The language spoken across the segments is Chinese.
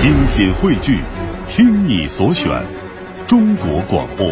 精品汇聚，听你所选，中国广播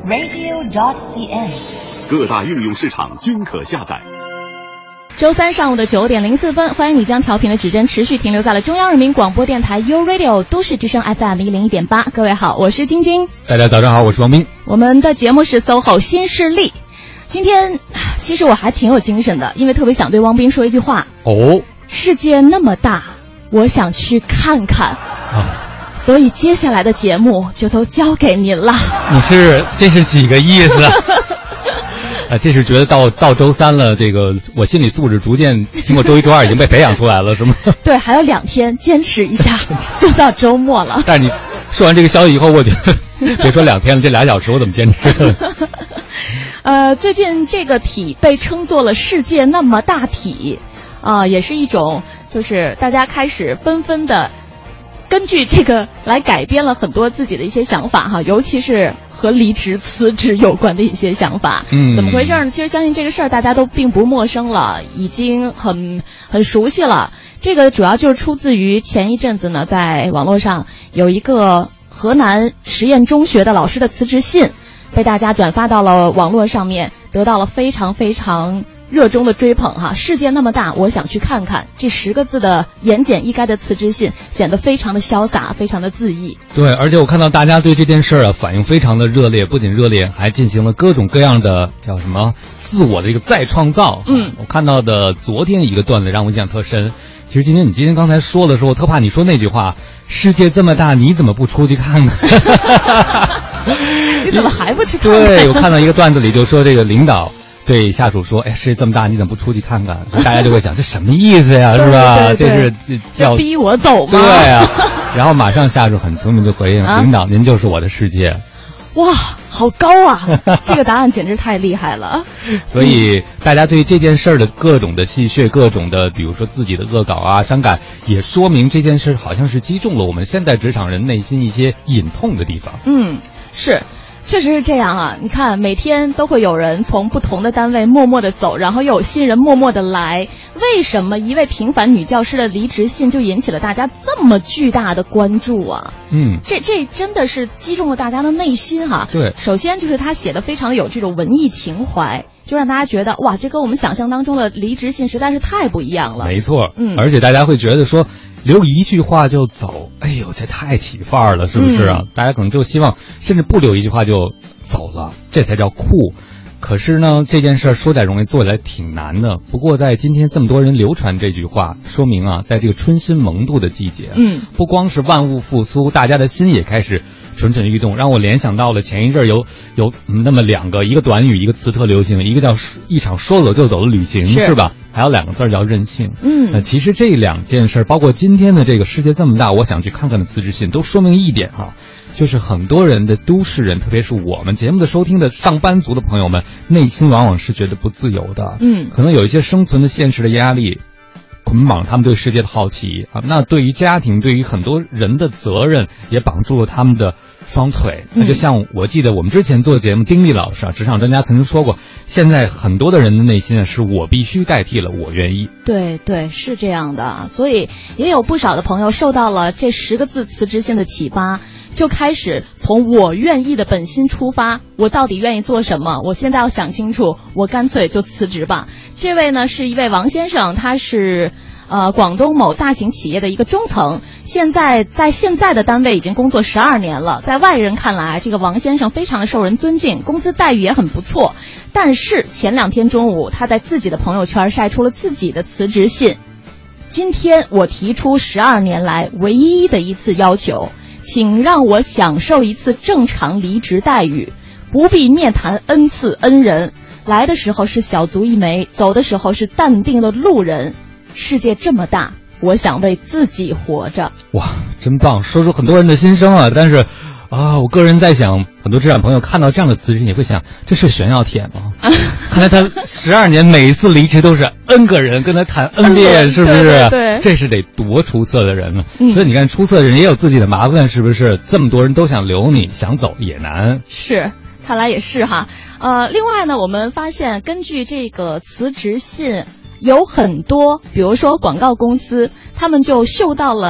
radio.cn， 各大应用市场均可下载。 周三上午的9点04分，欢迎你将调频的指针持续停留在了中央人民广播电台 U Radio 都市之声 FM 101.8。各位好，我是晶晶。 大家早上好，我是王斌。 我们的节目是 SOHO 新势力。今天其实我还挺有精神的，因为特别想对汪斌说一句话。 哦， 世界那么大，我想去看看。所以接下来的节目就都交给您了。 这是几个意思？这是觉得到周三了，这个我心理素质逐渐经过周一周二已经被培养出来了，是吗？ 对，还有2天，坚持一下就到周末了。 但是你说完这个消息以后，我觉得别说2天了，这2小时我怎么坚持？ 最近这个体被称作了世界那么大体，也是一种就是大家开始纷纷的根据这个来改编了很多自己的一些想法哈，尤其是和离职辞职有关的一些想法。怎么回事呢？其实相信这个事儿大家都并不陌生了，已经很熟悉了。这个主要就是出自于前一阵子呢，在网络上有一个河南实验中学的老师的辞职信，被大家转发到了网络上面，得到了非常非常热衷的追捧哈。世界那么大，我想去看看。这10个字的言简意赅的辞职信显得非常的潇洒，非常的恣意。对， 而且我看到大家对这件事反应非常的热烈，不仅热烈，还进行了各种各样的叫什么自我的一个再创造。我看到的昨天一个段子让我印象特深。其实你今天刚才说的时候，我特怕你说那句话，世界这么大，你怎么不出去看看？ 你怎么还不去看看？ 对，我看到一个段子里就说这个领导对下属说，世界这么大，你怎么不出去看看？大家就会想，这什么意思呀？是吧？ 对对对， 这是逼我走吗？ 对啊。然后马上下属很聪明就回应，领导您就是我的世界。 哇，好高啊！这个答案简直太厉害了。 所以大家对这件事儿的各种的戏谑，各种的比如说自己的恶搞啊、伤感，也说明这件事好像是击中了我们现在职场人内心一些隐痛的地方。 是。确实是这样啊！你看，每天都会有人从不同的单位默默的走，然后又有新人默默的来。为什么一位平凡女教师的离职信就引起了大家这么巨大的关注啊？这真的是击中了大家的内心哈。 对， 首先就是他写的非常有这种文艺情怀，就让大家觉得哇，这跟我们想象当中的离职信实在是太不一样了。 没错，而且大家会觉得说，留一句话就走，哎呦，这太起范儿了，是不是啊？大家可能就希望，甚至不留一句话就走了，这才叫酷。可是呢，这件事说起来容易，做起来挺难的。不过在今天这么多人流传这句话，说明啊，在这个春心萌动的季节，不光是万物复苏，大家的心也开始蠢蠢欲动，让我联想到了前一阵有那么2个，一个短语，一个词特流行，一个叫一场说走就走的旅行，是吧？还有2个字叫任性。其实这2件事，包括今天的这个世界这么大，我想去看看的辞职信，都说明一点啊，就是很多人的都市人，特别是我们节目的收听的上班族的朋友们，内心往往是觉得不自由的。可能有一些生存的现实的压力捆绑他们对世界的好奇啊，那对于家庭，对于很多人的责任也绑住了他们的双腿。那就像我记得我们之前做节目，丁力老师职场专家曾经说过，现在很多的人的内心是我必须代替了我愿意。 对对，是这样的。所以也有不少的朋友受到了这10个字辞职信的启发，就开始从我愿意的本心出发，我到底愿意做什么，我现在要想清楚，我干脆就辞职吧。这位呢是一位王先生，他是广东某大型企业的一个中层，现在的单位已经工作12年了。在外人看来，这个王先生非常的受人尊敬，工资待遇也很不错。但是前2天中午，他在自己的朋友圈晒出了自己的辞职信。今天我提出12年来唯一的一次要求，请让我享受一次正常离职待遇，不必念谈恩赐恩人。来的时候是小卒一枚，走的时候是淡定的路人。世界这么大，我想为自己活着。 哇，真棒，说出很多人的心声啊！但是我个人在想，很多职场朋友看到这样的辞职信也会想，这是炫耀帖吗？看来他12年每一次离职都是 N 个人跟他谈 N 遍，是不是？ 对， 这是得多出色的人呢。所以你看，出色的人也有自己的麻烦，是不是？这么多人都想留你，想走也难。 是，看来也是哈。另外呢，我们发现根据这个辞职信，有很多，比如说广告公司，他们就嗅到了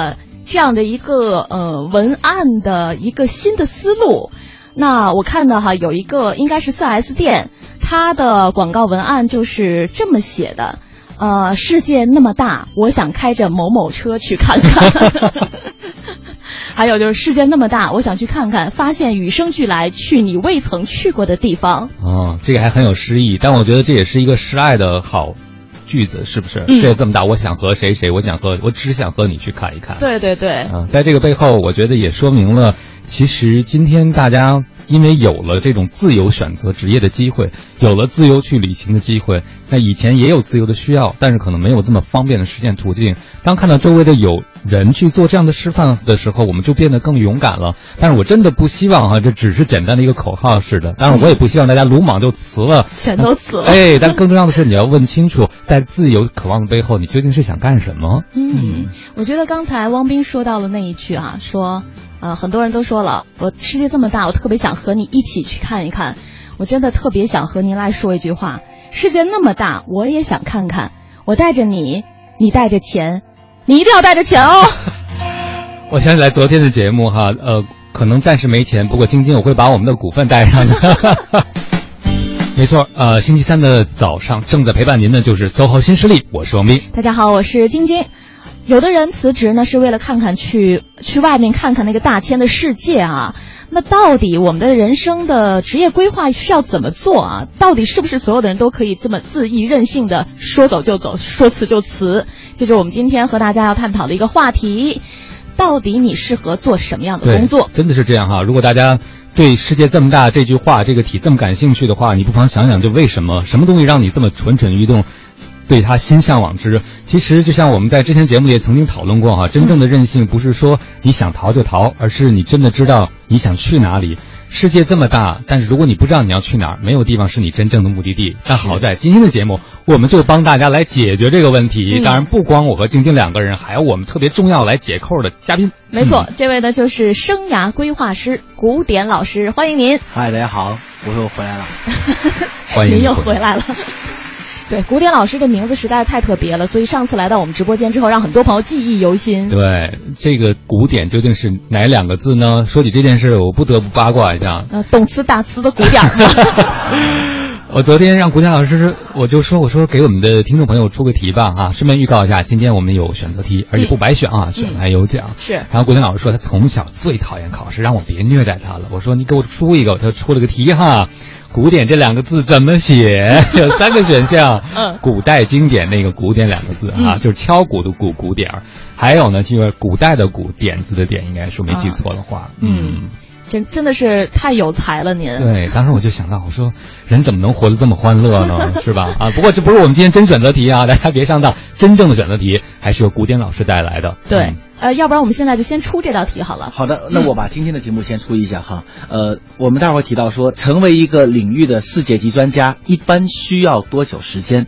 这样的一个文案的一个新的思路。那我看到有一个应该是 4S 店，它的广告文案就是这么写的，世界那么大，我想开着某某车去看看。还有就是世界那么大，我想去看看，发现与生俱来，去你未曾去过的地方。 哦，这个还很有诗意，但我觉得这也是一个示爱的好句子，是不是？世界这么大，我想和谁，我只想和你去看一看。 对对对。 在这个背后，我觉得也说明了，其实今天大家因为有了这种自由选择职业的机会，有了自由去旅行的机会，那以前也有自由的需要，但是可能没有这么方便的实践途径。当看到周围的有人去做这样的示范的时候，我们就变得更勇敢了。但是我真的不希望这只是简单的一个口号似的。当然我也不希望大家鲁莽就辞了， 全都辞了。 但更重要的是你要问清楚，在自由渴望的背后，你究竟是想干什么？ 我觉得刚才汪斌说到了那一句说很多人都说了，我世界这么大，我特别想和你一起去看一看。我真的特别想和您来说一句话，世界那么大，我也想看看。我带着你，你带着钱，你一定要带着钱哦。 我想起来昨天的节目可能暂时没钱，不过晶晶我会把我们的股份带上的。没错，星期三的早上正在陪伴您的就是SOHO新势力，我是王斌。 大家好，我是晶晶。有的人辞职呢是为了看看去外面看看那个大千的世界啊。那到底我们的人生的职业规划需要怎么做啊？到底是不是所有的人都可以这么恣意任性的说走就走，说辞就辞？这就是我们今天和大家要探讨的一个话题。到底你适合做什么样的工作？ 真的是这样如果大家对世界这么大这句话这个题这么感兴趣的话，你不妨想想，就为什么什么东西让你这么蠢蠢欲动，对他心向往之。其实就像我们在之前节目里也曾经讨论过真正的任性不是说你想逃就逃，而是你真的知道你想去哪里。世界这么大，但是如果你不知道你要去哪儿，没有地方是你真正的目的地。但好在今天的节目我们就帮大家来解决这个问题。当然不光我和静静两个人，还有我们特别重要来解扣的嘉宾。 没错，这位呢就是生涯规划师古典老师，欢迎您。 嗨，大家好，我又回来了。 欢迎您又回来了。对，古典老师的名字实在是太特别了，所以上次来到我们直播间之后，让很多朋友记忆犹新。 对，这个古典究竟是哪两个字呢？说起这件事，我不得不八卦一下。 动词大词的古典。 我昨天让古典老师，我说给我们的听众朋友出个题吧顺便预告一下，今天我们有选择题，而且不白选选了还有奖。 是。 然后古典老师说他从小最讨厌考试，让我别虐待他了。我说你给我出一个，他出了个题古典这两个字怎么写？有3个选项。古代经典那个古典两个字就是敲鼓的鼓，古典。还有呢，就是古代的古，点子的点，应该是没记错的话。 真的是太有才了您。 对，当时我就想到，我说人怎么能活得这么欢乐呢？是吧？不过这不是我们今天真选择题大家别上当，真正的选择题还是由古典老师带来的。 对。要不然我们现在就先出这道题好了。 好的，那我把今天的题目先出一下我们待会儿提到说，成为一个领域的4节级专家一般需要多久时间？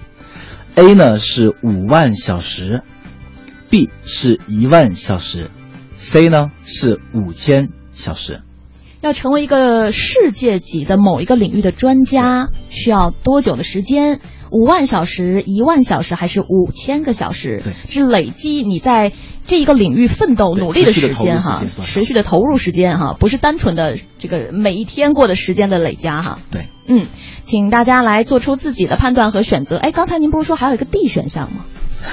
A 呢是5万小时， B 是1万小时， C 呢是5000小时。 要成为一个世界级的某一个领域的专家需要多久的时间？5万小时、1万小时还是5000个小时？ 对， 是累积你在这一个领域奋斗努力的时间持续的投入时间不是单纯的这个每一天过的时间的累加对。 请大家来做出自己的判断和选择。刚才您不是说还有一个 D 选项吗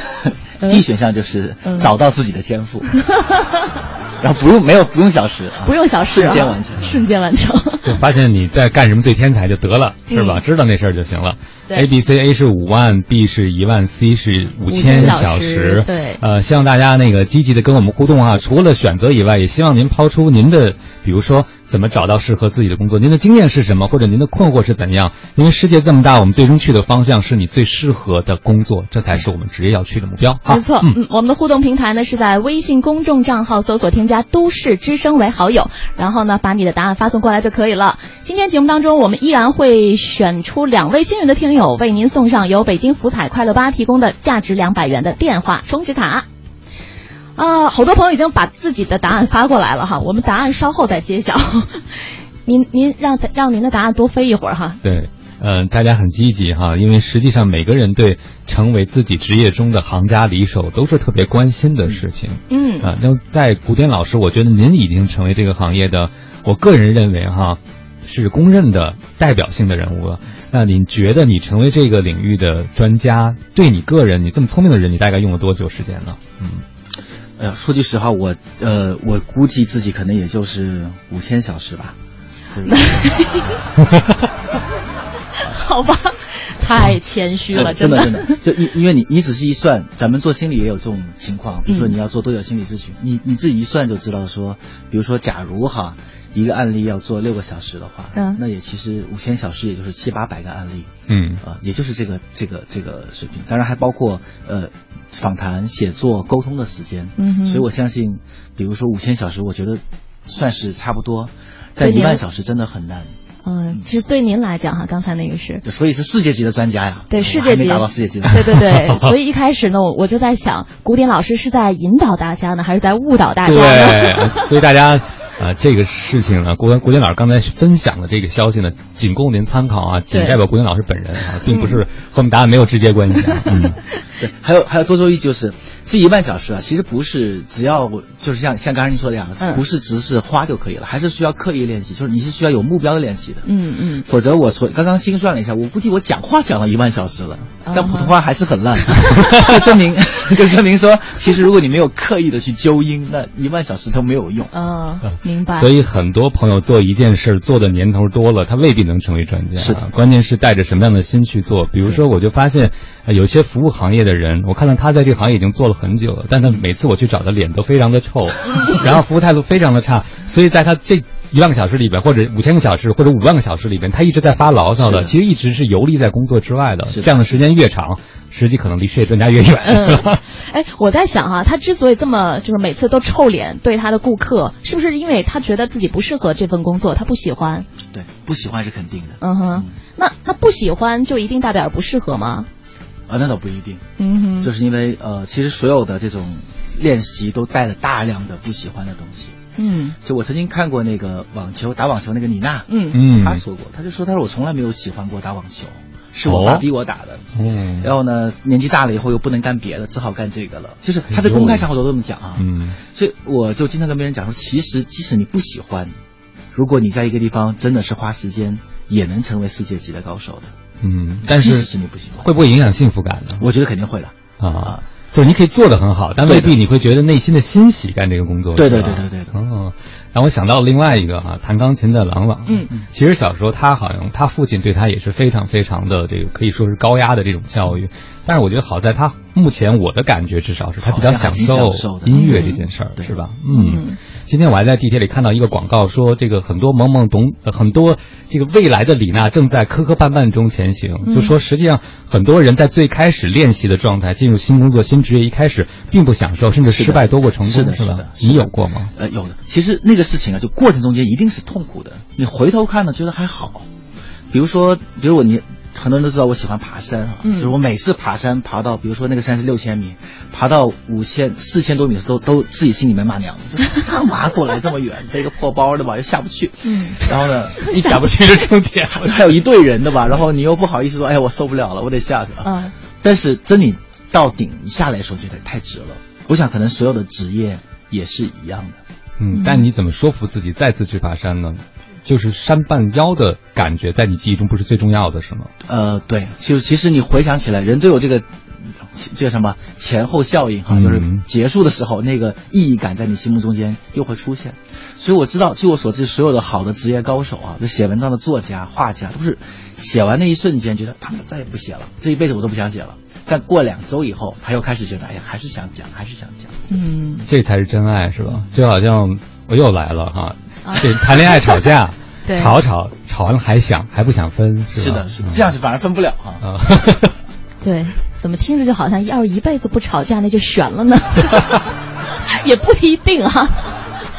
？D 选项就是找到自己的天赋。然后不用小时， 不用小时，瞬间完成。 就发现你在干什么最天才就得了，是吧？知道那事儿就行了。A B C，A 是5万，B 是1万，C 是5000小时。 对， 希望大家积极的跟我们互动除了选择以外，也希望您抛出您的，比如说怎么找到适合自己的工作，您的经验是什么，或者您的困惑是怎样？因为世界这么大，我们最终去的方向是你最适合的工作，这才是我们职业要去的目标。 没错。我们的互动平台呢是在微信公众账号搜索添加都市之声为好友，然后呢把你的答案发送过来就可以了。今天节目当中，我们依然会选出2位幸运的听友，为您送上由北京福彩快乐吧提供的价值200元的电话充值卡。好多朋友已经把自己的答案发过来了我们答案稍后再揭晓。您让您的答案多飞一会儿对。 大家很积极哈，因为实际上每个人对成为自己职业中的行家里手都是特别关心的事情。那在古典老师，我觉得您已经成为这个行业的，我个人认为哈，是公认的代表性的人物了。那您觉得你成为这个领域的专家，对你个人，你这么聪明的人，你大概用了多久时间呢？ 说句实话，我估计自己可能也就是5000小时吧。 好吧，太谦虚了， 真的，就因为你仔细一算，咱们做心理也有这种情况，比如说你要做多久心理咨询，你自己一算就知道说，比如说假如哈一个案例要做6个小时的话，那也其实5000小时也就是700-800个案例，也就是这个水平，当然还包括访谈、写作、沟通的时间，所以我相信，比如说5000小时，我觉得算是差不多，但1万小时真的很难。 其实对您来讲哈，刚才那个是， 所以是世界级的专家呀。 对，世界级， 还没达到世界级的。 对，所以一开始呢，我就在想，古典老师是在引导大家呢，还是在误导大家呢？ 对，所以大家。这个事情呢，古典老师刚才分享的这个消息呢，仅供您参考啊，仅代表古典老师本人啊，并不是和我们答案没有直接关系。 对，还有多说一句，就是这1万小时啊，其实不是只要就是像刚才您说的2个，不是只是花就可以了，还是需要刻意练习，就是你是需要有目标的练习的。否则我刚刚心算了一下，我估计我讲话讲了1万小时了，但普通话还是很烂，就证明说，其实如果你没有刻意的去纠音，那1万小时都没有用。 明白。 所以很多朋友做一件事做的年头多了，他未必能成为专家。 是的， 关键是带着什么样的心去做。比如说，我就发现有些服务行业的人，我看到他在这个行业已经做了很久了，但他每次我去找他脸都非常的臭，然后服务态度非常的差，所以在他这1万个小时里边，或者5000个小时，或者5万个小时里边，他一直在发牢骚的，其实一直是游离在工作之外的。这样的时间越长，实际可能离事业专家越远。 我在想哈，他之所以这么就是每次都臭脸对他的顾客，是不是因为他觉得自己不适合这份工作，他不喜欢？ 对，不喜欢是肯定的。 那不喜欢就一定代表不适合吗？ 那倒不一定。就是因为其实所有的这种练习都带了大量的不喜欢的东西。就我曾经看过那个打网球那个妮娜，她说过，她说我从来没有喜欢过打网球，是我爸逼我打的。然后呢，年纪大了以后又不能干别的，只好干这个了。就是她在公开场合都这么讲啊。所以我就经常跟别人讲说，其实即使你不喜欢，如果你在一个地方真的是花时间，也能成为世界级的高手的。 但是即使是你不喜欢， 会不会影响幸福感呢？ 我觉得肯定会的啊。就是你可以做得很好，但未必你会觉得内心的欣喜干这个工作。 对。 让我想到另外一个弹钢琴的郎朗。其实小时候他父亲对他也是非常非常的这个可以说是高压的这种教育，但是我觉得好在他目前我的感觉至少是他比较享受音乐这件事儿，是吧？今天我还在地铁里看到一个广告，说这个很多很多这个未来的李娜正在磕磕绊绊中前行，就说实际上很多人在最开始练习的状态，进入新工作新职业一开始并不享受，甚至失败多过成功，是吧？你有过吗？ 有的。其实那个事情啊，就过程中间一定是痛苦的，你回头看呢觉得还好。比如很多人都知道我喜欢爬山就是我每次爬山爬到，比如说那个山是6000米，爬到4000多米都自己心里面骂娘，就是干嘛过来这么远，背个破包的吧，又下不去。然后呢， 你下不去是重点， 还有一队人的吧，然后你又不好意思说，哎呀，我受不了了，我得下去了。但是真你到顶下来的时候，觉得太值了。我想可能所有的职业也是一样的。 但你怎么说服自己再次去爬山呢？就是山半腰的感觉在你记忆中不是最重要的，是吗？ 对，其实你回想起来，人都有这个什么前后效应就是结束的时候那个意义感在你心目中间又会出现。所以我知道，据我所知，所有的好的职业高手就写文章的作家、画家，都是写完那一瞬间觉得他们再也不写了，这一辈子我都不想写了。但过2周以后，他又开始觉得，哎呀，还是想讲。 这才是真爱，是吧？就好像我又来了这谈恋爱吵架，吵完了还不想分，是吧？ 是的，这样是反而分不了对，怎么听着就好像要是一辈子不吵架那就悬了呢？也不一定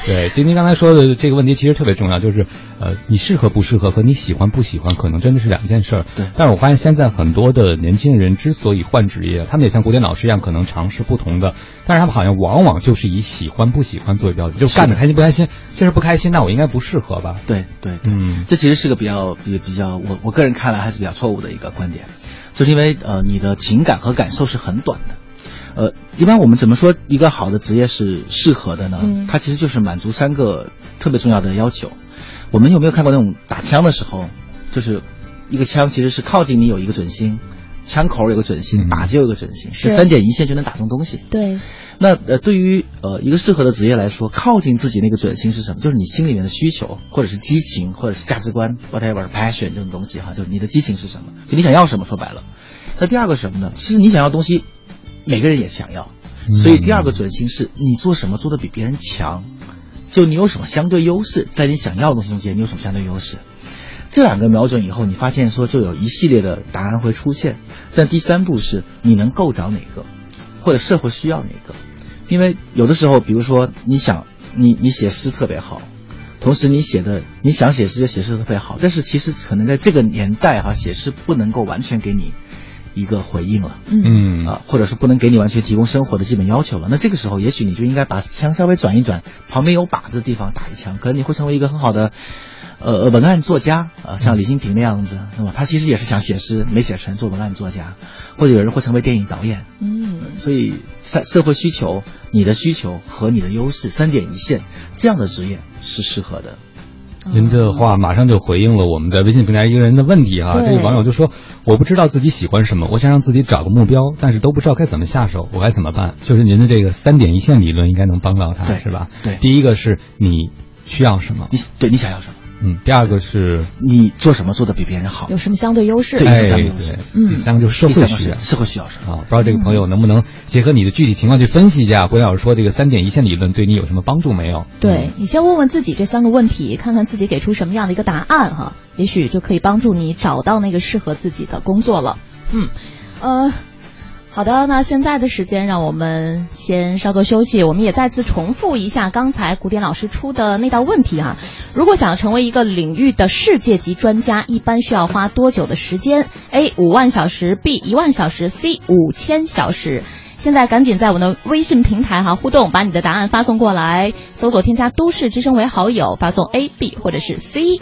对，晶晶刚才说的这个问题其实特别重要，就是你适合不适合和你喜欢不喜欢可能真的是两件事儿。 对。 但是我发现现在很多的年轻人之所以换职业，他们也像古典老师一样，可能尝试不同的，但是他们好像往往就是以喜欢不喜欢作为标准，就干得开心不开心，这是不开心，那我应该不适合吧？ 对，这其实是个比较我个人看来还是比较错误的一个观点，就是因为你的情感和感受是很短的。一般我们怎么说一个好的职业是适合的呢？它其实就是满足3个特别重要的要求。我们有没有看过那种打枪的时候，就是一个枪其实是靠近你有一个准心，枪口有个准心，打击有一个准心，是3点一线就能打中东西。 对。 那对于一个适合的职业来说，靠近自己那个准心是什么？就是你心里面的需求，或者是激情，或者是价值观 ，whatever passion 这种东西哈，就是你的激情是什么？就你想要什么？说白了。那第二个是什么呢？其实你想要的东西，每个人也想要，所以第二个准心是你做什么做得比别人强，就你有什么相对优势，在你想要的东西中间你有什么相对优势。这2个瞄准以后，你发现说就有一系列的答案会出现。但第3步是你能够着哪个，或者社会需要哪个。因为有的时候，比如说你写诗特别好，同时你想写诗就写诗特别好，但是其实可能在这个年代写诗不能够完全给你一个回应了，或者是不能给你完全提供生活的基本要求了。那这个时候，也许你就应该把枪稍微转一转，旁边有靶子的地方打一枪，可能你会成为一个很好的文案作家像李欣平那样子，那么他其实也是想写诗没写成，做文案作家，或者有人会成为电影导演。所以社会需求、你的需求和你的优势3点一线，这样的职业是适合的。 您这话马上就回应了我们在微信平台一个人的问题哈。这个网友就说，我不知道自己喜欢什么，我想让自己找个目标，但是都不知道该怎么下手，我该怎么办？就是您的这个3点一线理论应该能帮到他，是吧？ 对。 第一个是你需要什么？ 你想要什么？ 第二个是你做什么做得比别人好， 有什么相对优势？ 对。 第3个就是社会需要， 社会需要什么？ 不知道这个朋友能不能结合你的具体情况去分析一下，郭老师说这个3点一线理论对你有什么帮助没有？ 对，你先问问自己这3个问题，看看自己给出什么样的一个答案哈，也许就可以帮助你找到那个适合自己的工作了。好的，那现在的时间让我们先稍作休息，我们也再次重复一下刚才古典老师出的那道问题哈。如果想要成为一个领域的世界级专家，一般需要花多久的时间？ A 5万小时， B 1万小时， C 5000小时。现在赶紧在我们的微信平台互动，把你的答案发送过来，搜索添加都市之声为好友，发送 A B 或者是 C。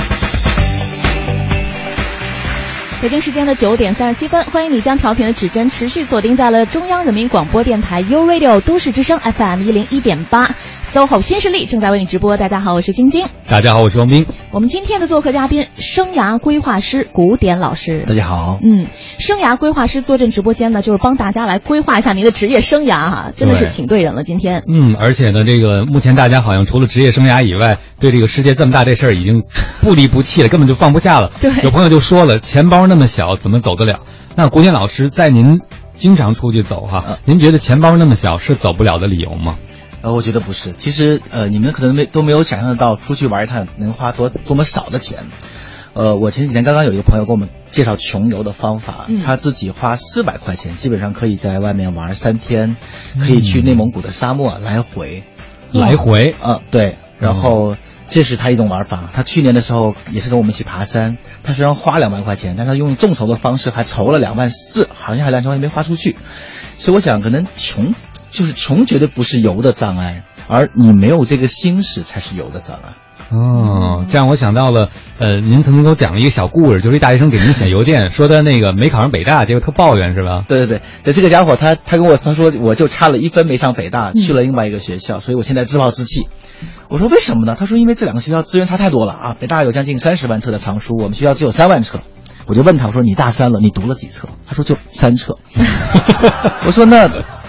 北京时间的9点37分，欢迎你将调频的指针持续锁定在了中央人民广播电台 U Radio 都市之声 FM 101.8。SOHO 新势力正在为你直播。大家好，我是晶晶。 大家好，我是王斌。 我们今天的做客嘉宾，生涯规划师古典老师。 大家好。 生涯规划师坐镇直播间呢，就是帮大家来规划一下您的职业生涯哈，真的是请对人了。今天， 而且呢，这个目前大家好像除了职业生涯以外，对这个世界这么大这事儿已经不离不弃了，根本就放不下了。 对， 有朋友就说了，钱包那么小，怎么走得了？那古典老师，在您经常出去走您觉得钱包那么小是走不了的理由吗？ 我觉得不是。其实你们可能都没有想象得到，出去玩一趟能花多么少的钱。我前几天刚刚有一个朋友给我们介绍穷游的方法，他自己花400块钱，基本上可以在外面玩3天，可以去内蒙古的沙漠来回。对。然后这是他一种玩法。他去年的时候也是跟我们一起爬山，他虽然花2万块钱，但他用众筹的方式还筹了2万4，好像还2万没花出去。所以我想，可能穷绝对不是游的障碍，而你没有这个心识才是游的障碍。 这样我想到了，您曾经给我讲了一个小故事，就是一大学生给您写邮件，说他那个没考上北大，结果特抱怨是吧？ 对，这个家伙他跟我说我就差了1分没上北大，去了另外一个学校，所以我现在自暴自弃。我说为什么呢？他说因为这2个学校资源差太多了北大有将近30万册的藏书，我们学校只有3万册。我就问他，我说你大3了，你读了几册？他说就3册。我说那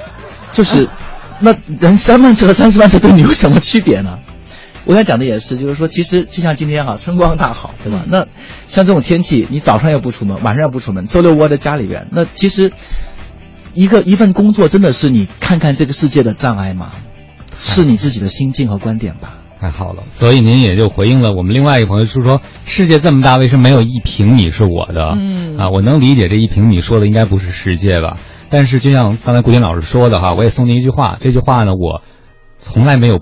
人3万册和30万册对你有什么区别呢？我想讲的也是，就是说，其实就像今天春光大好，对吧？那像这种天气，你早上也不出门，晚上也不出门，周6窝在家里边，那其实一份工作真的是你看看这个世界的障碍吗？是你自己的心境和观点吧。 太好了，所以您也就回应了我们另外一个朋友，说世界这么大，为什么没有1平米是我的？我能理解这1平米说的应该不是世界吧？但是就像刚才古典老师说的我也送您一句话，这句话呢，我从来没有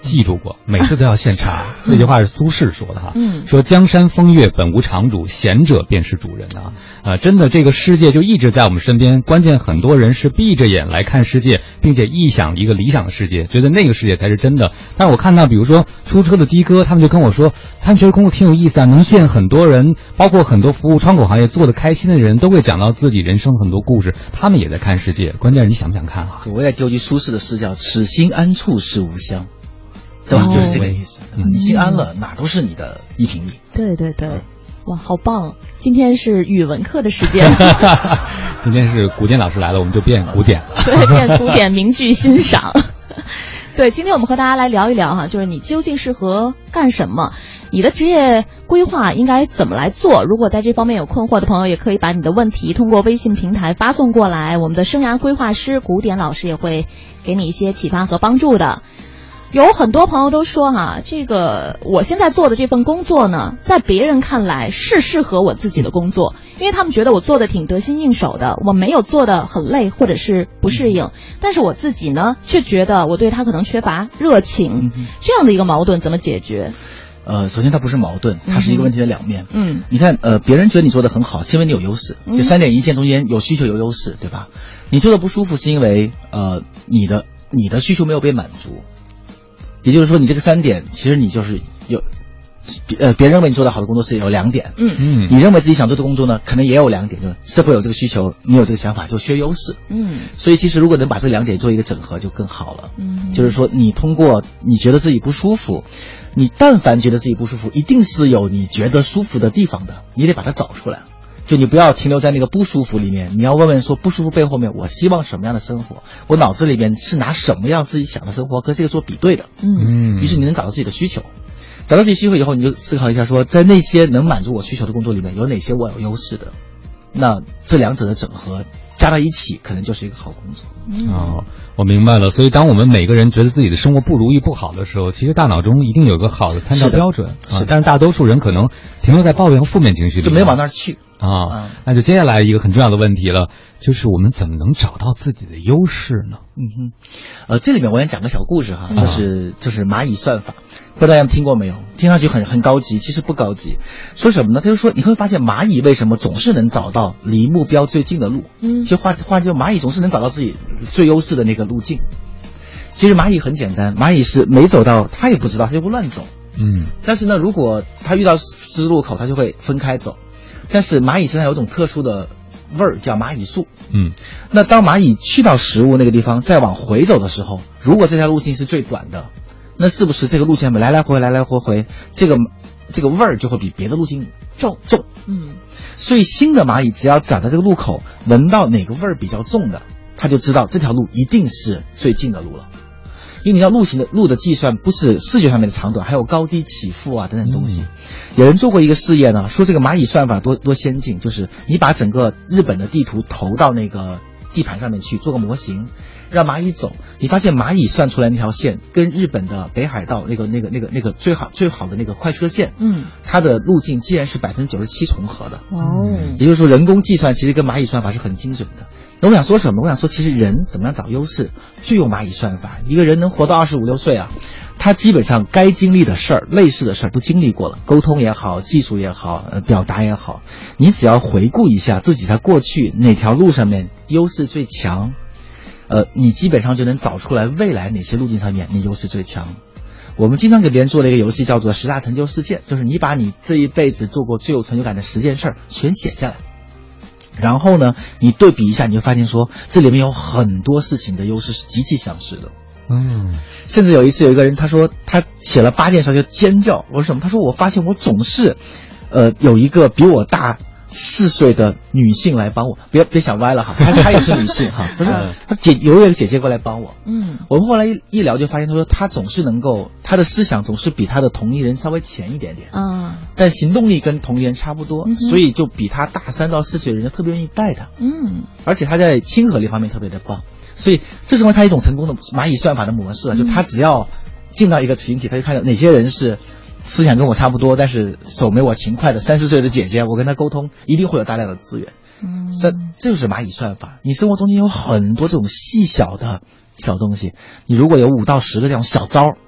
记住过，每次都要现查。这句话是苏轼说的哈，说江山风月本无常主，贤者便是主人啊。真的，这个世界就一直在我们身边，关键很多人是闭着眼来看世界，并且臆想一个理想的世界，觉得那个世界才是真的。但是我看到，比如说出租车的的哥，他们就跟我说，他们觉得工作挺有意思啊，能见很多人，包括很多服务窗口行业做得开心的人，都会讲到自己人生很多故事，他们也在看世界。关键是你想不想看啊？ 我也丢句苏轼的诗叫“此心安处是吾乡”，对吧？就是这个意思。你心安了，哪都是你的一平米。 对对对，哇，好棒！今天是语文课的时间。 今天是古典老师来了，我们就变古典了。 对，变古典名句欣赏。对，今天我们和大家来聊一聊哈，就是你究竟适合干什么？你的职业规划应该怎么来做？如果在这方面有困惑的朋友，也可以把你的问题通过微信平台发送过来，我们的生涯规划师古典老师也会给你一些启发和帮助的。有很多朋友都说哈，这个我现在做的这份工作呢，在别人看来是适合我自己的工作，因为他们觉得我做的挺得心应手的，我没有做的很累或者是不适应，但是我自己呢却觉得我对他可能缺乏热情，这样的一个矛盾怎么解决？ 首先它不是矛盾，它是一个问题的两面。你看，别人觉得你做的很好，是因为你有优势，就3点一线中间有需求有优势，对吧？你做的不舒服是因为你的需求没有被满足。也就是说，你这个3点，其实你就是有，别人认为你做的好的工作是有2点，你认为自己想做的工作呢，可能也有2点，就是社会有这个需求，你有这个想法，就缺优势，所以其实如果能把这2点做一个整合，就更好了，就是说你通过你觉得自己不舒服，你但凡觉得自己不舒服，一定是有你觉得舒服的地方的，你得把它找出来。就你不要停留在那个不舒服里面，你要问问说不舒服背后面我希望什么样的生活，我脑子里面是拿什么样自己想的生活跟这个做比对的。于是你能找到自己的需求，找到自己需求以后，你就思考一下说，在那些能满足我需求的工作里面有哪些我有优势的，那这2者的整合加到一起，可能就是一个好工作。 我明白了。所以当我们每个人觉得自己的生活不如意不好的时候，其实大脑中一定有个好的参照标准但是大多数人可能停留在抱怨和负面情绪里， 就没往那儿去那就接下来一个很重要的问题了，就是我们怎么能找到自己的优势呢？ 这里面我想讲个小故事哈，就是蚂蚁算法，不知道大家听过没有？听上去很高级，其实不高级。说什么呢？他就说你会发现蚂蚁为什么总是能找到离目标最近的路？就话就蚂蚁总是能找到自己最优势的那个路径。其实蚂蚁很简单，蚂蚁是没走到，它也不知道，它就会乱走。但是呢，如果它遇到十字路口，它就会分开走。但是蚂蚁身上有一种特殊的味儿，叫蚂蚁素。那当蚂蚁去到食物那个地方，再往回走的时候，如果这条路径是最短的，那是不是这个路线来来回回，这个味儿就会比别的路径重？所以新的蚂蚁只要长在这个路口，闻到哪个味儿比较重的，它就知道这条路一定是最近的路了。因为你知道路的计算不是视觉上面的长短，还有高低起伏啊等等东西。有人做过一个试验呢，说这个蚂蚁算法多先进，就是你把整个日本的地图投到那个地盘上面去，做个模型，让蚂蚁走，你发现蚂蚁算出来那条线跟日本的北海道那个最好的那个快车线，它的路径竟然是97%重合的。也就是说人工计算其实跟蚂蚁算法是很精准的。那我想说什么？我想说其实人怎么样找优势，就用蚂蚁算法。一个人能活到25、26岁啊，他基本上该经历的事儿，类似的事儿都经历过了，沟通也好，技术也好，表达也好，你只要回顾一下自己在过去哪条路上面优势最强，你基本上就能找出来未来哪些路径上面你优势最强。我们经常给别人做了一个游戏，叫做10大成就事件，就是你把你这一辈子做过最有成就感的10件事全写下来，然后呢你对比一下，你就发现说这里面有很多事情的优势是极其相似的。甚至有一次有一个人他说他写了8件事就尖叫，我说什么？他说我发现我总是有一个比我大4岁的女性来帮我，别想歪了哈，她也是女性哈。他说有一个姐姐过来帮我。我们后来一聊就发现，他说他总是能够，他的思想总是比他的同龄人稍微前一点点，但行动力跟同龄人差不多，所以就比他大3到4岁的人就特别愿意带他。而且他在亲和力方面特别的棒，所以这成为他一种成功的蚂蚁算法的模式，就他只要进到一个群体，他就看到哪些人是思想跟我差不多，但是手没我勤快的30岁的姐姐，我跟她沟通一定会有大量的资源。这就是蚂蚁算法。你生活中间有很多这种细小的小东西，你如果有5到10个这种小招，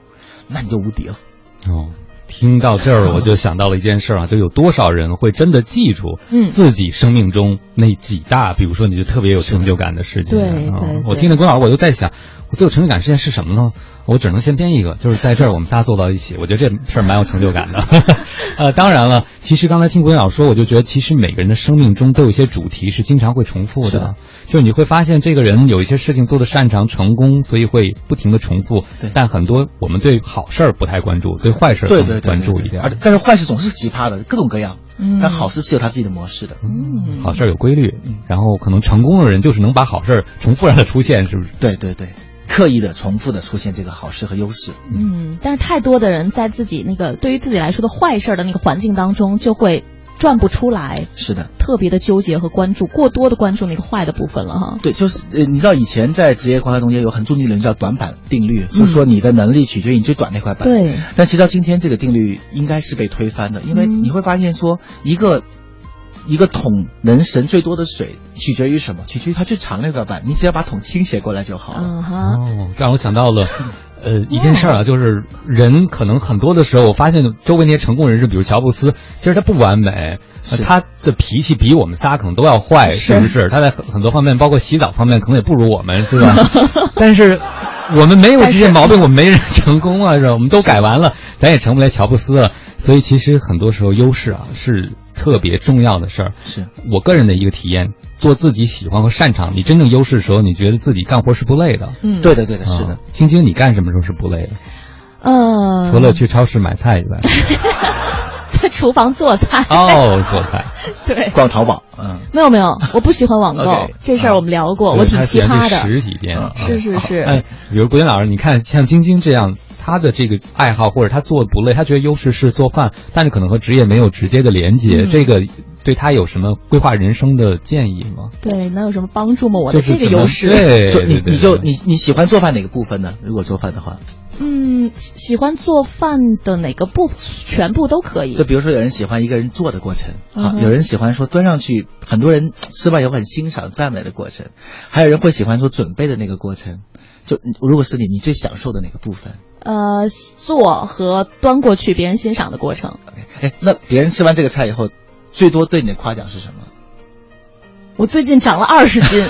那你就无敌了。 哦，听到这儿我就想到了一件事啊，就有多少人会真的记住自己生命中那几大，比如说你就特别有成就感的事情。 对， 我听了郭老师，我就在想，我最有成就感事件是什么呢？我只能先编一个，就是在这儿我们仨坐到一起，我觉得这事儿蛮有成就感的。当然了，其实刚才听郭老师说，我就觉得其实每个人的生命中都有一些主题是经常会重复的，就是你会发现这个人有一些事情做得擅长成功，所以会不停的重复。 对， 但很多我们对好事儿不太关注，对坏事更关注一点。 但是坏事总是奇葩的，各种各样。但好事是有他自己的模式的。 好事有规律，然后可能成功的人就是能把好事重复让它出现，是不是？ 对对对。刻意的重复的出现这个好事和优势。 但是太多的人在自己那个对于自己来说的坏事的那个环境当中就会转不出来。 是的， 特别的纠结和关注，过多的关注那个坏的部分了哈。 对，就是你知道以前在职业规划中间有很著名的人叫短板定律，就是说你的能力取决于你最短那块板。 对。 但其实到今天这个定律应该是被推翻的，因为你会发现说一个桶能神最多的水取决于什么？取决于它最长那个板，你只要把桶倾斜过来就好了。 让我想到了一件事啊，就是人可能很多的时候，我发现周围那些成功人士，比如乔布斯，其实他不完美，他的脾气比我们仨可能都要坏，是不是？他在很多方面，包括洗澡方面，可能也不如我们，是吧？但是我们没有这些毛病，我们没人成功啊，是吧？我们都改完了，咱也成不来乔布斯了。所以其实很多时候优势啊是特别重要的事儿。 是我个人的一个体验，做自己喜欢和擅长，你真正优势的时候，你觉得自己干活是不累的。 对的对的，是的。 晶晶，你干什么时候是不累的？除了去超市买菜以外。 在厨房做菜。 做菜。 对。 逛淘宝。 没有，我不喜欢网购。这事儿我们聊过，我挺奇葩的。 实体店。 是。 比如国坚老师，你看像晶晶这样，他的这个爱好或者他做的不累，他觉得优势是做饭，但是可能和职业没有直接的连接。这个对他有什么规划人生的建议吗？ 对，能有什么帮助吗？我的这个优势。 你喜欢做饭哪个部分呢？如果做饭的话。 喜欢做饭的哪个全部都可以。 就比如说有人喜欢一个人做的过程，有人喜欢说端上去，很多人吃饭也会很欣赏赞美的过程，还有人会喜欢说准备的那个过程。就如果是你最享受的哪个部分？ 做和端过去别人欣赏的过程。 那别人吃完这个菜以后，最多对你的夸奖是什么？ 我最近长了20斤。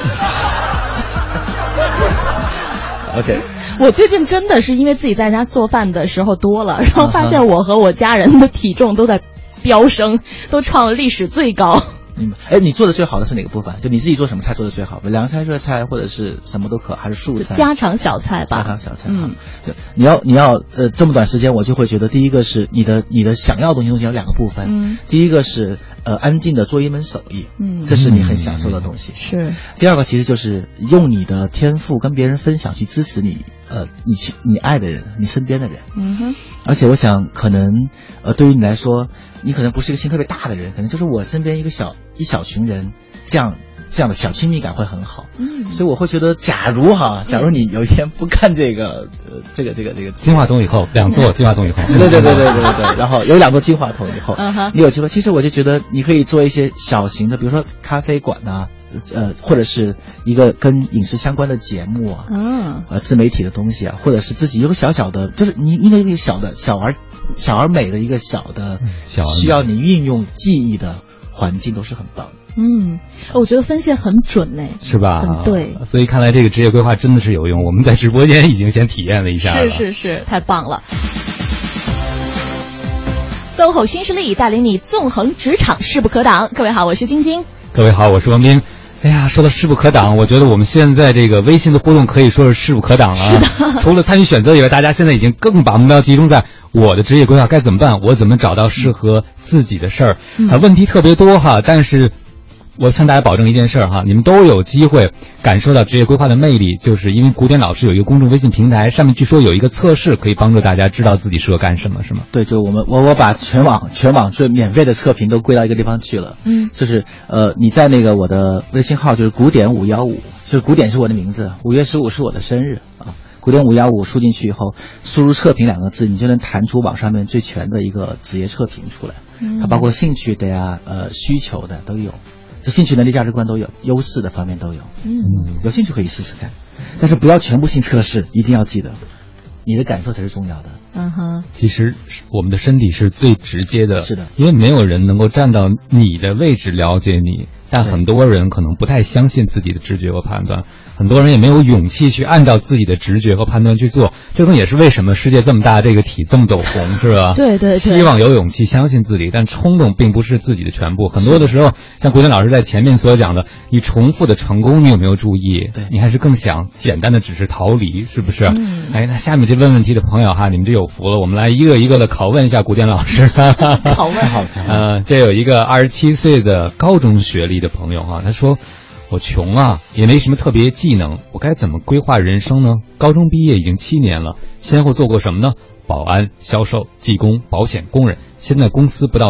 OK。 我最近真的是因为自己在家做饭的时候多了，然后发现我和我家人的体重都在飙升，都创了历史最高。 你做的最好的是哪个部分？就你自己做什么菜做的最好？凉菜、热菜，或者是什么都可，还是素菜？ 家常小菜吧。 家常小菜。你要这么短时间，我就会觉得第一个是你的想要的东西有2个部分。第一个是安静的做一门手艺，这是你很享受的东西。 是。 第二个其实就是用你的天赋跟别人分享，去支持你爱的人，你身边的人。而且我想可能对于你来说，你可能不是一个心特别大的人，可能就是我身边一小群人，这样的小亲密感会很好。所以我会觉得，假如你有一天不干这个金话筒以后2座金话筒以后， 对，然后有2座金话筒以后，你有机会，其实我就觉得你可以做一些小型的，比如说咖啡馆啊，或者是一个跟影视相关的节目啊，自媒体的东西啊，或者是自己有个小小的，就是你应该有一个小而美的一个小的需要你运用记忆的环境，都是很棒的。 我觉得分析很准呢， 是吧？ 很对。 所以看来这个职业规划真的是有用，我们在直播间已经先体验了一下了。 是，太棒了。SOHO 新势力带领你纵横职场，势不可挡。各位好，我是晶晶。 各位好，我是王斌。哎呀，说到势不可挡，我觉得我们现在这个微信的互动可以说是势不可挡了。 是的。 除了参与选择以外，大家现在已经更把目标集中在我的职业规划该怎么办，我怎么找到适合自己的事儿。问题特别多但是我向大家保证一件事你们都有机会感受到职业规划的魅力，就是因为古典老师有一个公众微信平台，上面据说有一个测试可以帮助大家知道自己适合干什么，是吗？ 对，就我把全网最免费的测评都归到一个地方去了。就是你在那个我的微信号就是古典515，就是古典是我的名字，5月15是我的生日古典515输进去以后，输入测评2个字，你就能弹出网上面最全的一个职业测评出来。它包括兴趣的呀，需求的都有。兴趣、能力、价值观都有，优势的方面都有。有兴趣可以试试看，但是不要全部性测试，一定要记得， 你的感受才是重要的。 嗯哼， 其实我们的身体是最直接的， 是的， 因为没有人能够站到你的位置了解你，但很多人可能不太相信自己的直觉和判断，很多人也没有勇气去按照自己的直觉和判断去做，这可能也是为什么世界这么大，这个体这么走红，是吧？ 对对对， 希望有勇气相信自己，但冲动并不是自己的全部。很多的时候，像古典老师在前面所讲的，你重复的成功，你有没有注意？ 对， 你还是更想简单的只是逃离，是不是？哎，那下面这问问题的朋友哈，你们就有福了，我们来一个一个的拷问一下古典老师。 拷问好的。 这有一个27岁的高中学历的朋友哈，他说：“我穷啊，也没什么特别技能，我该怎么规划人生呢？高中毕业已经7年了，先后做过什么呢？保安、销售、技工、保险工人。现在工资不到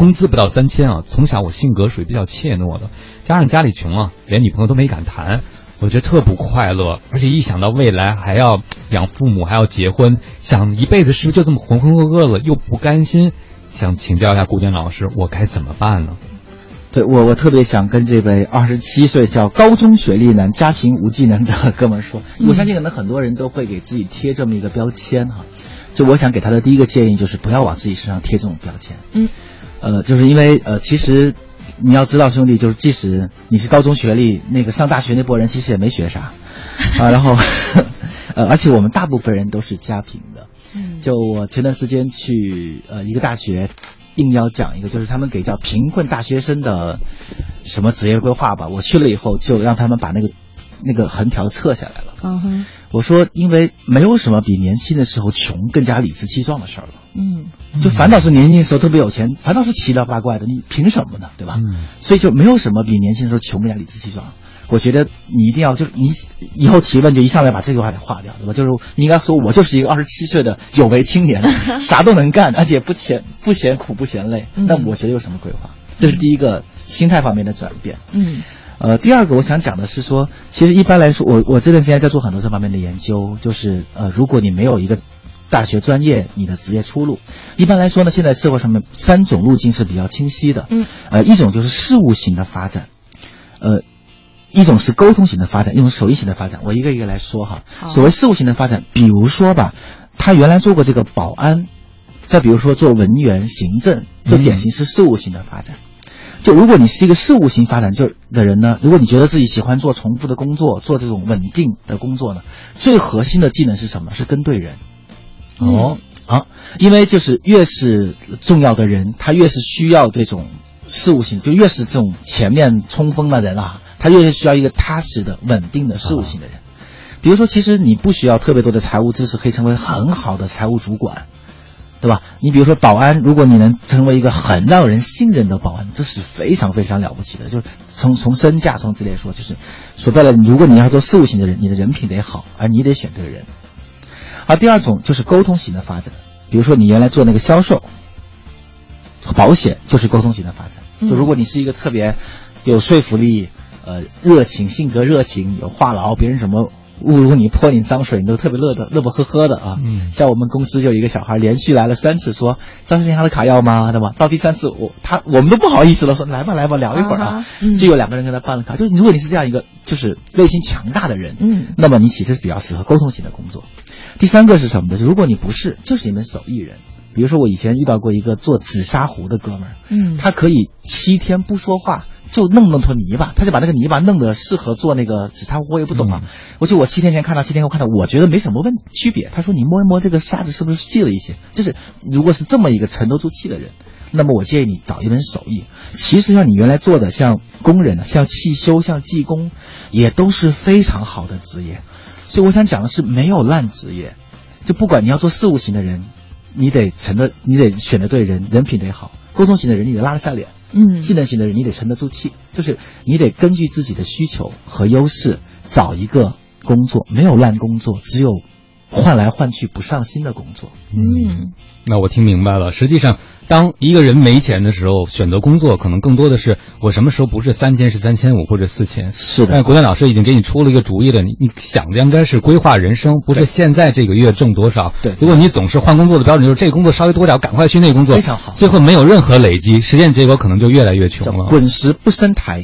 3000啊。从小我性格属于比较怯懦的，加上家里穷啊，连女朋友都没敢谈。我觉得特不快乐，而且一想到未来还要养父母，还要结婚，想一辈子是不是就这么浑浑噩噩了，又不甘心，想请教一下古典老师，我该怎么办呢？” 对，我特别想跟这位27岁叫高中学历男、家贫无技能的哥们说，我相信可能很多人都会给自己贴这么一个标签哈。就我想给他的第一个建议就是不要往自己身上贴这种标签。就是因为其实你要知道兄弟，就是即使你是高中学历，那个上大学那波人其实也没学啥啊，然后而且我们大部分人都是家贫的。就我前段时间去一个大学应邀讲一个，就是他们给叫贫困大学生的什么职业规划吧。我去了以后就让他们把那个横条撤下来了。我说因为没有什么比年轻的时候穷更加理直气壮的事儿了。就反倒是年轻的时候特别有钱，反倒是七大八怪的，你凭什么呢？对吧？所以就没有什么比年轻的时候穷更加理直气壮。我觉得你一定要，就是你以后提问就一上来把这句话给划掉，对吧？就是你应该说我就是一个27岁的有为青年，啥都能干，而且不嫌苦不嫌累。那我觉得有什么规划？这是第一个心态方面的转变。第二个我想讲的是说，其实一般来说，我这段时间在做很多这方面的研究，就是如果你没有一个大学专业，你的职业出路，一般来说呢，现在社会上面3种路径是比较清晰的。一种就是事务型的发展，一种是沟通型的发展，一种是手艺型的发展。我一个一个来说哈。所谓事务型的发展，比如说吧，他原来做过这个保安，再比如说做文员、行政，这典型是事务型的发展。就如果你是一个事务型发展的人呢，如果你觉得自己喜欢做重复的工作，做这种稳定的工作呢，最核心的技能是什么？是跟对人。因为就是越是重要的人，他越是需要这种事务型，就越是这种前面冲锋的人啊，他越是需要一个踏实的、稳定的事务型的人。比如说，其实你不需要特别多的财务知识，可以成为很好的财务主管，对吧？你比如说保安，如果你能成为一个很让人信任的保安，这是非常非常了不起的。就是从身价从之类说，就是说白了，如果你要做事务型的人，你的人品得好，而你得选对人。而第二种就是沟通型的发展，比如说你原来做那个销售、保险，就是沟通型的发展。就如果你是一个特别有说服力、热情、性格热情、有话痨，别人什么侮辱你、泼你脏水，你都特别乐不呵呵的啊。像我们公司就有一个小孩连续来了3次，说张先生他的卡要吗？对吧？到第3次我们都不好意思了，说来吧聊一会儿啊。就有2个人跟他办了卡。就是如果你是这样一个就是内心强大的人，那么你其实比较适合沟通型的工作。第3个是什么呢？如果你不是，就是一门手艺人。比如说我以前遇到过一个做紫砂壶的哥们儿，他可以7天不说话就弄坨泥巴，他就把那个泥巴弄得适合做那个紫砂壶，我也不懂啊。我7天前看到7天后看到，我觉得没什么区别。他说你摸一摸这个沙子是不是细了一些？就是如果是这么一个沉得住气的人，那么我建议你找一门手艺。其实像你原来做的像工人啊，像汽修、像技工，也都是非常好的职业。所以我想讲的是，没有烂职业。就不管你要做事务型的人，你得选得对人，人品得好；沟通型的人，你得拉得下脸；技能型的人，你得沉得住气。就是你得根据自己的需求和优势找一个工作，没有烂工作，只有换来换去不上心的工作。 那我听明白了。实际上，当一个人没钱的时候，选择工作可能更多的是我什么时候不是3000是3500或者4000。是的。但是国典老师已经给你出了一个主意了，你想的应该是规划人生，不是现在这个月挣多少。对。如果你总是换工作的标准就是这个工作稍微多点，赶快去那个工作， 非常好。 最后没有任何累积，实践结果可能就越来越穷了。 滚石不生台，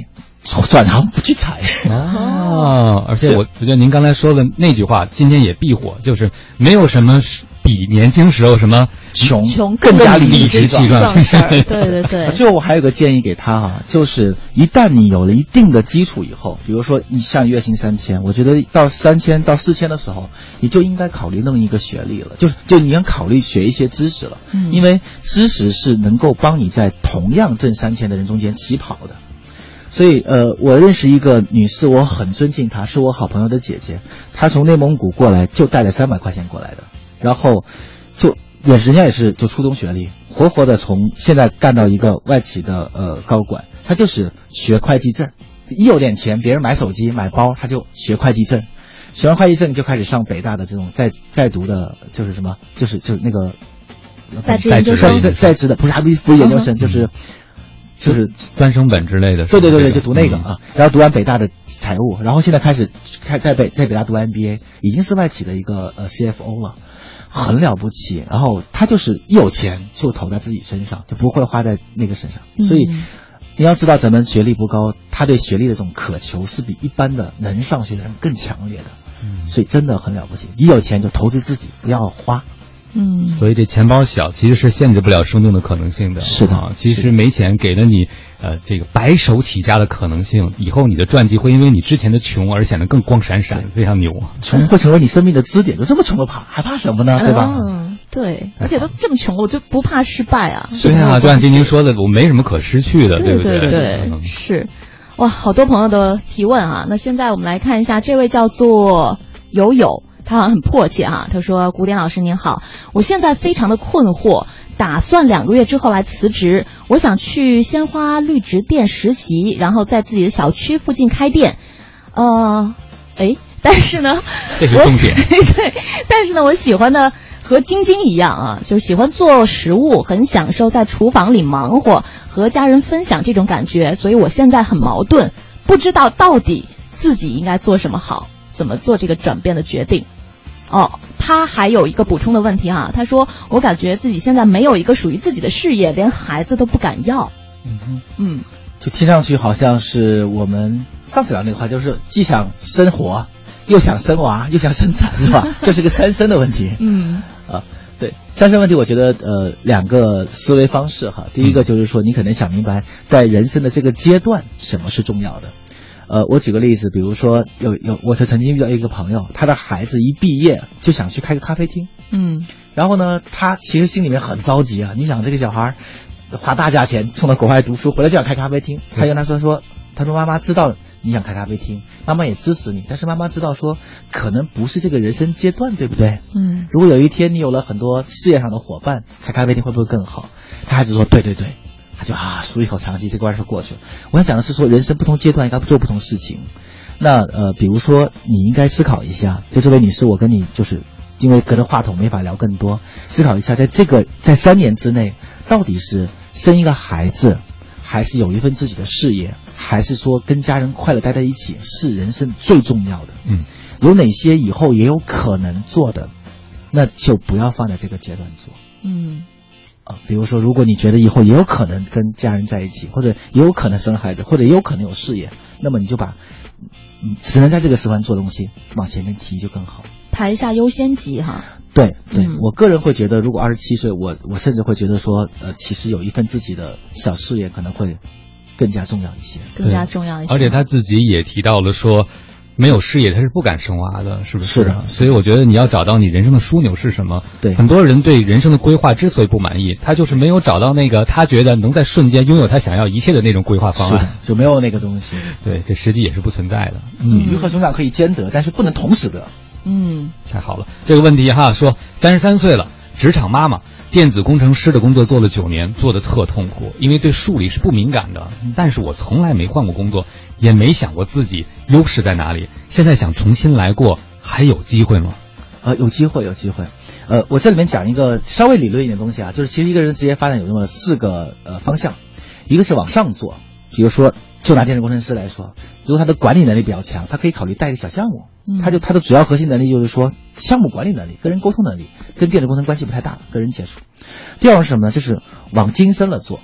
转行不去踩。 而且我觉得您刚才说的那句话今天也必火，就是没有什么比年轻时候什么穷更加理直气壮。 对对对。 最后我还有个建议给他啊，就是一旦你有了一定的基础以后，比如说你像月薪3000，我觉得到3000到4000的时候，你就应该考虑弄一个学历了，就你要考虑学一些知识了，因为知识是能够帮你在同样挣3000的人中间起跑的。所以我认识一个女士，我很尊敬她，是我好朋友的姐姐，她从内蒙古过来就带了300块钱过来的，然后人家也是就初中学历，活活的从现在干到一个外企的高管，她就是学会计证，一有点钱，别人买手机买包，她就学会计证，学完会计证就开始上北大的这种在读的，就是什么，就是那个在职研究生， 在职的不是研究生，就是专升本之类的。 对，就读那个啊，然后读完北大的财务，然后现在开始在北大读 MBA， 已经是外企的一个CFO 了，很了不起。然后他就是一有钱就投在自己身上，就不会花在那个身上。所以你要知道，咱们学历不高，他对学历的这种渴求是比一般的能上学的人更强烈的。所以真的很了不起，一有钱就投资自己，不要花。 所以这钱包小其实是限制不了生命的可能性的。 是的， 其实没钱给了你这个白手起家的可能性，以后你的传记会因为你之前的穷而显得更光闪闪，非常牛。 穷会成为你生命的支点，就这么穷了还怕什么呢？对吧？ 对，而且都这么穷，我就不怕失败啊。 对啊，就像金宁说的，我没什么可失去的，对不对？ 对，是。哇，好多朋友的提问啊。那现在我们来看一下，这位叫做友，他好像很迫切哈，他说：古典老师您好，我现在非常的困惑，打算2个月之后来辞职，我想去鲜花绿植店实习，然后在自己的小区附近开店。但是呢， 这是重点。 对，但是呢，我喜欢的和晶晶一样啊，就是喜欢做食物，很享受在厨房里忙活，和家人分享这种感觉，所以我现在很矛盾，不知道到底自己应该做什么好，怎么做这个转变的决定。他还有一个补充的问题哈，他说我感觉自己现在没有一个属于自己的事业，连孩子都不敢要。 就听上去好像是我们上次聊那个话，就是既想生活，又想生娃，又想生产，是吧？这是个三生的问题。对，三生问题，我觉得2个思维方式哈。第一个就是说，你可能想明白，在人生的这个阶段，什么是重要的。我举个例子，比如说我曾经遇到一个朋友，他的孩子一毕业就想去开个咖啡厅，然后呢，他其实心里面很着急啊。你想这个小孩花大价钱送到国外读书，回来就想开咖啡厅，他跟他说妈妈知道你想开咖啡厅，妈妈也支持你，但是妈妈知道说可能不是这个人生阶段，对不对？如果有一天你有了很多事业上的伙伴，开咖啡厅会不会更好？他孩子说对，他就舒一口长气，这关就过去了。我想讲的是说，人生不同阶段应该做不同事情。那比如说你应该思考一下，就这位女士，我跟你就是因为隔着话筒没法聊更多，思考一下，在3年之内，到底是生一个孩子，还是有一份自己的事业，还是说跟家人快乐待在一起是人生最重要的？有哪些以后也有可能做的，那就不要放在这个阶段做。比如说，如果你觉得以后也有可能跟家人在一起，或者也有可能生孩子，或者也有可能有事业，那么你就把只能在这个时段做的东西往前面提就更好， 排一下优先级哈。 对，我个人会觉得，如果27岁，我甚至会觉得说，其实有一份自己的小事业可能会更加重要一些， 而且他自己也提到了说，没有事业他是不敢生娃的，是不是？ 是的。 所以我觉得你要找到你人生的枢纽是什么。 对， 很多人对人生的规划之所以不满意，他就是没有找到那个他觉得能在瞬间拥有他想要一切的那种规划方案， 就没有那个东西。 对，这实际也是不存在的。 鱼和熊掌可以兼得，但是不能同时得。 太好了。这个问题哈，说33岁了，职场妈妈，电子工程师的工作做了9年，做得特痛苦，因为对数理是不敏感的。但是我从来没换过工作，也没想过自己优势在哪里。现在想重新来过，还有机会吗？ 有机会。我这里面讲一个稍微理论一点的东西啊，就是其实一个人职业发展有这么4个方向，一个是往上做，比如说就拿电子工程师来说，如果他的管理能力比较强，他可以考虑带一个小项目，他的主要核心能力就是说项目管理能力、个人沟通能力，跟电子工程关系不太大，个人结束。第二个是什么呢？就是往精深了做，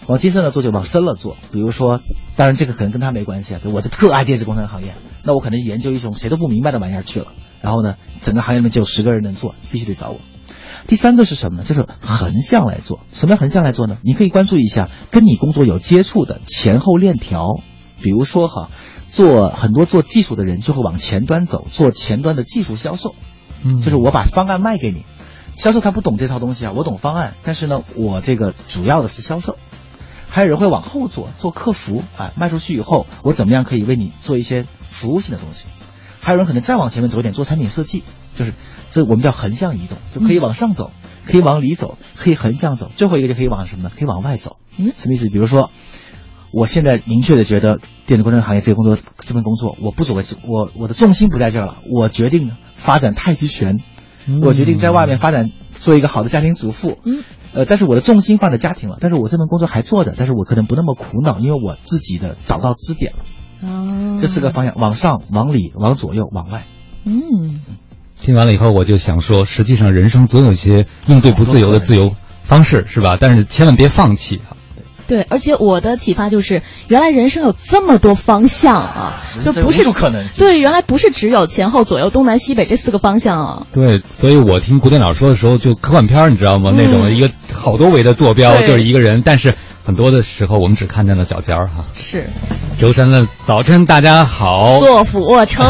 往艰深了做就往深了做。比如说，当然这个可能跟他没关系啊，我就特爱电子工程行业，那我可能研究一种谁都不明白的玩意儿去了，然后呢，整个行业里面只有10个人能做，必须得找我。第3个是什么呢？就是横向来做。什么叫横向来做呢？你可以关注一下跟你工作有接触的前后链条，比如说很多做技术的人就会往前端走，做前端的技术销售。就是我把方案卖给你，销售他不懂这套东西啊，我懂方案，但是呢，我这个主要的是销售。还有人会往后做客服啊，卖出去以后，我怎么样可以为你做一些服务性的东西。还有人可能再往前面走一点，做产品设计，就是这我们叫横向移动，就可以往上走，可以往里走，可以横向走。最后一个就可以往什么呢？可以往外走。什么意思？比如说，我现在明确的觉得电子工程行业这份工作，我不走我的重心不在这儿了，我决定发展太极拳，我决定在外面发展做一个好的家庭主妇。但是我的重心放在家庭了，但是我这份工作还做着，但是我可能不那么苦恼，因为我自己的找到支点了。这4个方向：往上、往里、往左右、往外。 听完了以后，我就想说，实际上人生总有一些应对不自由的自由方式，是吧？但是千万别放弃啊。 对，而且我的启发就是，原来人生有这么多方向啊，就不是可能性。 对，原来不是只有前后左右东南西北这4个方向啊。 对，所以我听古典老师说的时候，就科幻片你知道吗？那种一个好多维的坐标就是一个人，但是很多的时候我们只看见了脚尖儿哈。 是。 周三的早晨，大家好。 做俯卧撑。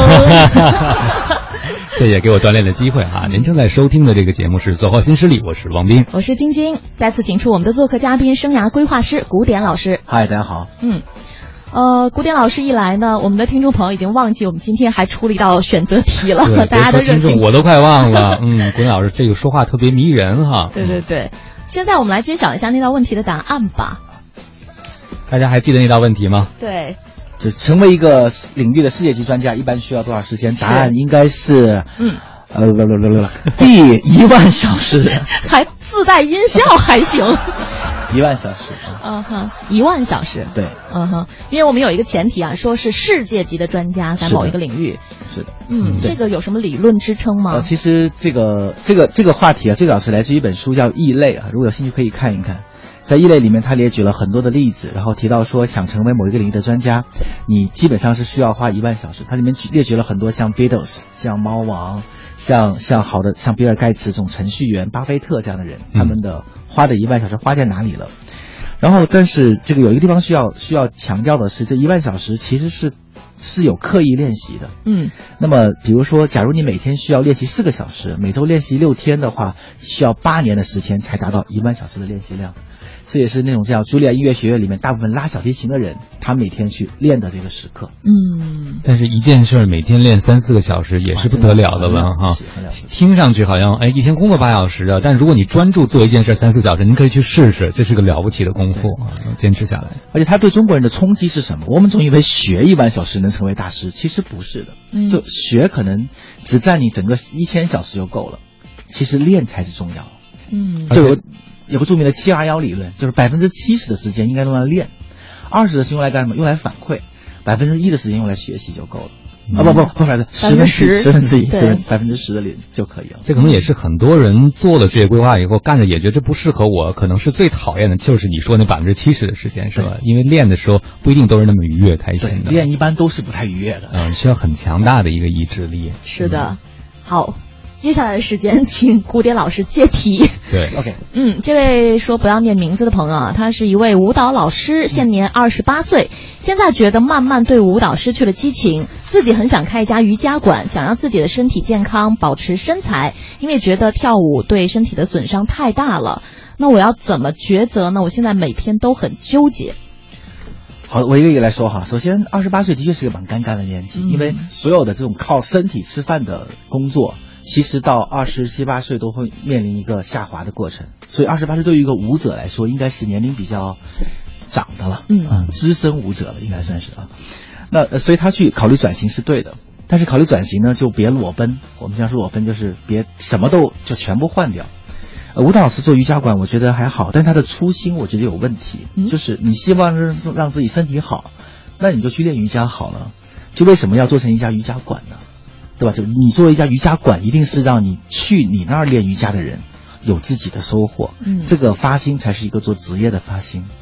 这也给我锻炼的机会哈。您正在收听的这个节目是《走后新势力》，我是王斌， 我是晶晶。再次请出我们的做客嘉宾，生涯规划师古典老师。 嗨，大家好。 古典老师一来呢，我们的听众朋友已经忘记我们今天还出了一道选择题了，大家的热情我都快忘了。古典老师这个说话特别迷人哈。 对。现在我们来揭晓一下那道问题的答案吧。 大家还记得那道问题吗？ 对。 就成为一个领域的世界级专家，一般需要多少时间？答案应该是第1万小时， 还自带音效还行。 1万小时。 1万小时。 对。 因为我们有一个前提啊，说是世界级的专家在某一个领域。 是的。 这个有什么理论支撑吗？ 其实这个话题啊，最早是来自于一本书叫《异类》啊，如果有兴趣可以看一看。在异类里面，他列举了很多的例子，然后提到说，想成为某一个领域的专家，你基本上是需要花1万小时。它里面列举了很多像 Beatles、像猫王、像比尔盖茨这种程序员、巴菲特这样的人，他们的花的1万小时花在哪里了？然后，但是这个有一个地方需要强调的是，这1万小时其实是有刻意练习的。那么比如说，假如你每天需要练习4个小时，每周练习6天的话，需要8年的时间才达到1万小时的练习量。这也是那种叫茱莉亚音乐学院里面大部分拉小提琴的人，他每天去练的这个时刻。 但是一件事每天练3-4个小时也是不得了的了哈。听上去好像一天工作8小时的，但如果你专注做一件事3-4小时，您可以去试试，这是个了不起的功夫，坚持下来。 而且他对中国人的冲击是什么？我们总以为学1万小时能成为大师，其实不是的。就学可能只占你整个1000小时就够了，其实练才是重要。就有个著名的721理论，就是70%的时间应该用来练，20%的是用来干什么？用来反馈，1%的时间用来学习就够了。不，10%的练就可以了。 这可能也是很多人做了职业规划以后干着也觉得这不适合我，可能是最讨厌的就是你说那70%的时间，是吧？因为练的时候不一定都是那么愉悦开心的。 练一般都是不太愉悦的。 需要很强大的一个意志力。 是的。好。接下来的时间，请古典老师接题。 对 ，OK。 这位说不要念名字的朋友啊，他是一位舞蹈老师，现年28岁，现在觉得慢慢对舞蹈失去了激情，自己很想开一家瑜伽馆，想让自己的身体健康，保持身材，因为觉得跳舞对身体的损伤太大了。那我要怎么抉择呢？我现在每天都很纠结。 好，我一个一个来说哈。首先，28岁的确是个蛮尴尬的年纪，因为所有的这种靠身体吃饭的工作，其实到27、28岁都会面临一个下滑的过程。所以28岁对于一个舞者来说，应该是年龄比较长的了，资深舞者了，应该算是啊。那所以他去考虑转型是对的，但是考虑转型呢，就别裸奔。我们经常说裸奔就是别什么都就全部换掉。舞蹈老师做瑜伽馆，我觉得还好，但他的初心我觉得有问题。就是你希望让自己身体好，那你就去练瑜伽好了。就为什么要做成一家瑜伽馆呢？对吧？就你作为一家瑜伽馆，一定是让你去你那儿练瑜伽的人有自己的收获。这个发心才是一个做职业的发心。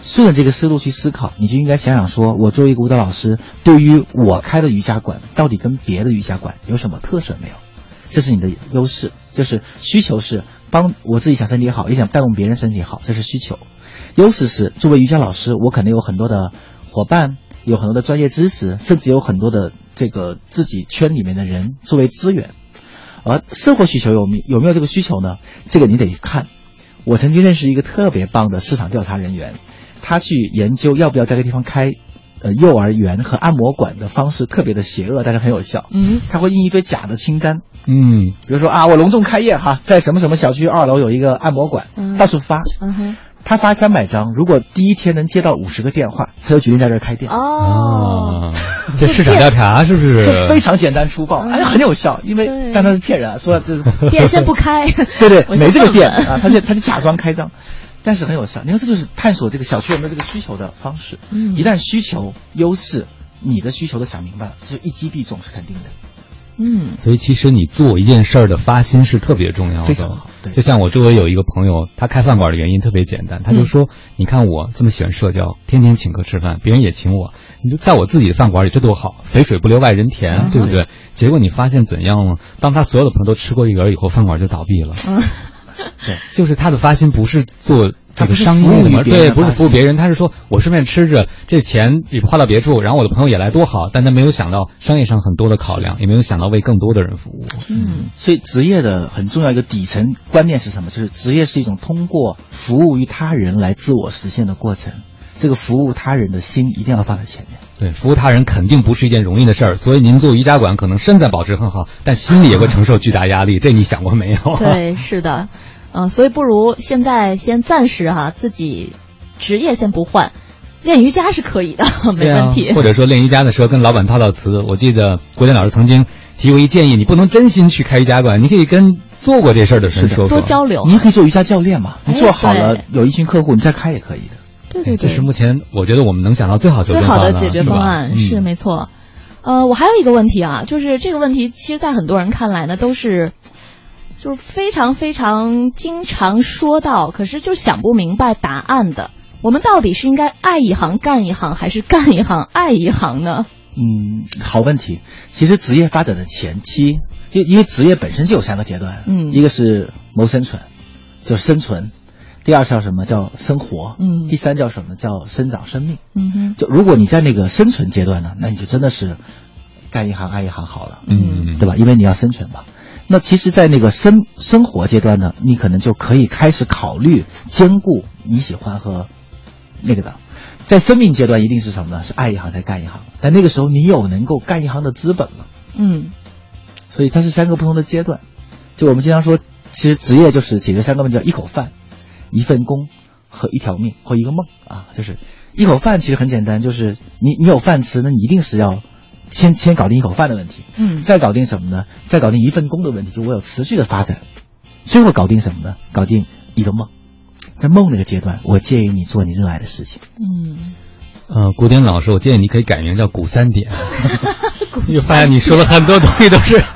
顺着这个思路去思考，你就应该想想说，我作为一个舞蹈老师，对于我开的瑜伽馆，到底跟别的瑜伽馆有什么特色没有？这是你的优势，就是需求是帮我自己想身体好，也想带动别人身体好，这是需求。优势是作为瑜伽老师，我可能有很多的伙伴，有很多的专业知识，甚至有很多的这个自己圈里面的人作为资源。而社会需求有没有这个需求呢？这个你得看。我曾经认识一个特别棒的市场调查人员，他去研究要不要在这个地方开幼儿园和按摩馆的方式特别的邪恶，但是很有效。他会印一堆假的清单。比如说啊，我隆重开业哈，在什么什么小区2楼有一个按摩馆，到处发。他发300张，如果第一天能接到50个电话，他就决定在这儿开店。 这市场调查是不是？ 就非常简单粗暴，很有效，因为但他是骗人啊，说这店先不开， 对，没这个店啊，他就假装开张，但是很有效。你看，这就是探索这个小区有没有这个需求的方式。一旦需求优势，你的需求都想明白了，这就一击必中是肯定的。 所以其实你做一件事儿的发心是特别重要的， 非常好。对， 就像我周围有一个朋友，他开饭馆的原因特别简单，他就说，你看我这么喜欢社交，天天请客吃饭，别人也请我，你就在我自己的饭馆里，这多好，肥水不流外人田，对不对？结果你发现怎样呢？当他所有的朋友都吃过一轮以后，饭馆就倒闭了。对，就是他的发心不是做这个商业的嘛，对，不是服务别人，他是说我顺便吃着，这钱也花到别处，然后我的朋友也来多好，但他没有想到商业上很多的考量，也没有想到为更多的人服务。 所以职业的很重要一个底层观念是什么？就是职业是一种通过服务于他人来自我实现的过程。这个服务他人的心一定要放在前面。 对，服务他人肯定不是一件容易的事儿，所以您做瑜伽馆可能身材保持很好，但心里也会承受巨大压力，这你想过没有？ 对，是的。所以不如现在先暂时自己职业先不换，练瑜伽是可以的，没问题。 或者说练瑜伽的时候跟老板套词。我记得国典老师曾经提过一建议，你不能真心去开瑜伽馆，你可以跟做过这事儿的人说说， 多交流。 你也可以做瑜伽教练嘛，你做好了有一群客户，你再开也可以的。 对， 这是目前我觉得我们能想到最好的解决方案，是没错。我还有一个问题就是这个问题，其实在很多人看来呢，都是就是非常非常经常说到，可是就想不明白答案的。我们到底是应该爱一行干一行，还是干一行爱一行呢？ 好问题。其实职业发展的前期，因为职业本身就有3个阶段，一个是谋生存，就是生存；第二叫什么叫生活，第3叫什么叫生长生命。就如果你在那个生存阶段呢，那你就真的是干一行爱一行好了，对吧？因为你要生存嘛。那其实在那个生活阶段呢，你可能就可以开始考虑兼顾你喜欢和那个的。在生命阶段一定是什么呢？是爱一行才干一行，但那个时候你有能够干一行的资本了。所以它是3个不同的阶段。就我们经常说，其实职业就是解决3个问题，叫一口饭、一份工和一条命或一个梦啊。就是一口饭其实很简单，就是你有饭吃，那你一定是要先搞定一口饭的问题，再搞定什么呢？再搞定一份工的问题，就我有持续的发展，最后搞定什么呢？搞定一个梦。在梦那个阶段，我建议你做你热爱的事情。 古典老师，我建议你可以改名叫古3点。又发现你说了很多东西都是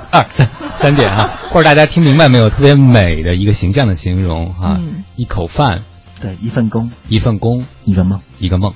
1、2、3点啊，或者大家听明白没有？特别美的一个形象的形容啊，一口饭， 对，一份工， 一份工， 一个梦， 一个梦。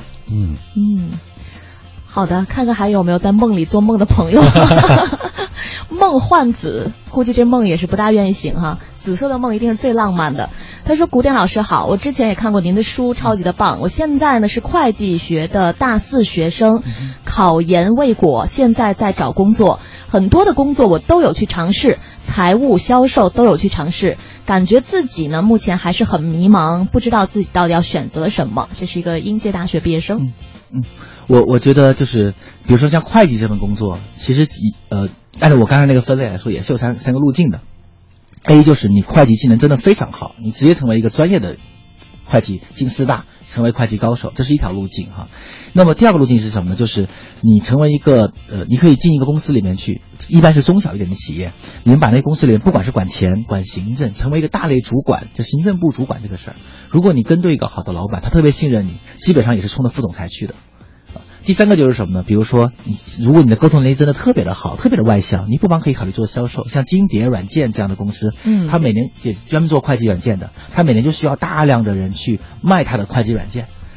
好的，看看还有没有在梦里做梦的朋友。梦幻紫，估计这梦也是不大愿意醒哈。紫色的梦一定是最浪漫的。他说：“古典老师好，我之前也看过您的书，超级的棒。我现在呢是会计学的大4学生，考研未果，现在在找工作，很多的工作我都有去尝试，财务、销售都有去尝试，感觉自己呢目前还是很迷茫，不知道自己到底要选择什么。”这是一个应届大学毕业生。 我觉得就是，比如说像会计这份工作，其实按照我刚才那个分类来说，也是有三个路径的。A 就是你会计技能真的非常好，你直接成为一个专业的会计，进4大成为会计高手，这是一条路径哈。那么第2个路径是什么呢？就是你成为一个你可以进一个公司里面去，一般是中小一点的企业，你们把那个公司里面不管是管钱、管行政，成为一个大类主管，就行政部主管这个事儿。如果你跟对一个好的老板，他特别信任你，基本上也是冲着副总裁去的。第3个就是什么呢？比如说如果你的沟通能力真的特别的好，特别的外向，你不妨可以考虑做销售，像金蝶软件这样的公司，他每年也专门做会计软件的，他每年就需要大量的人去卖他的会计软件，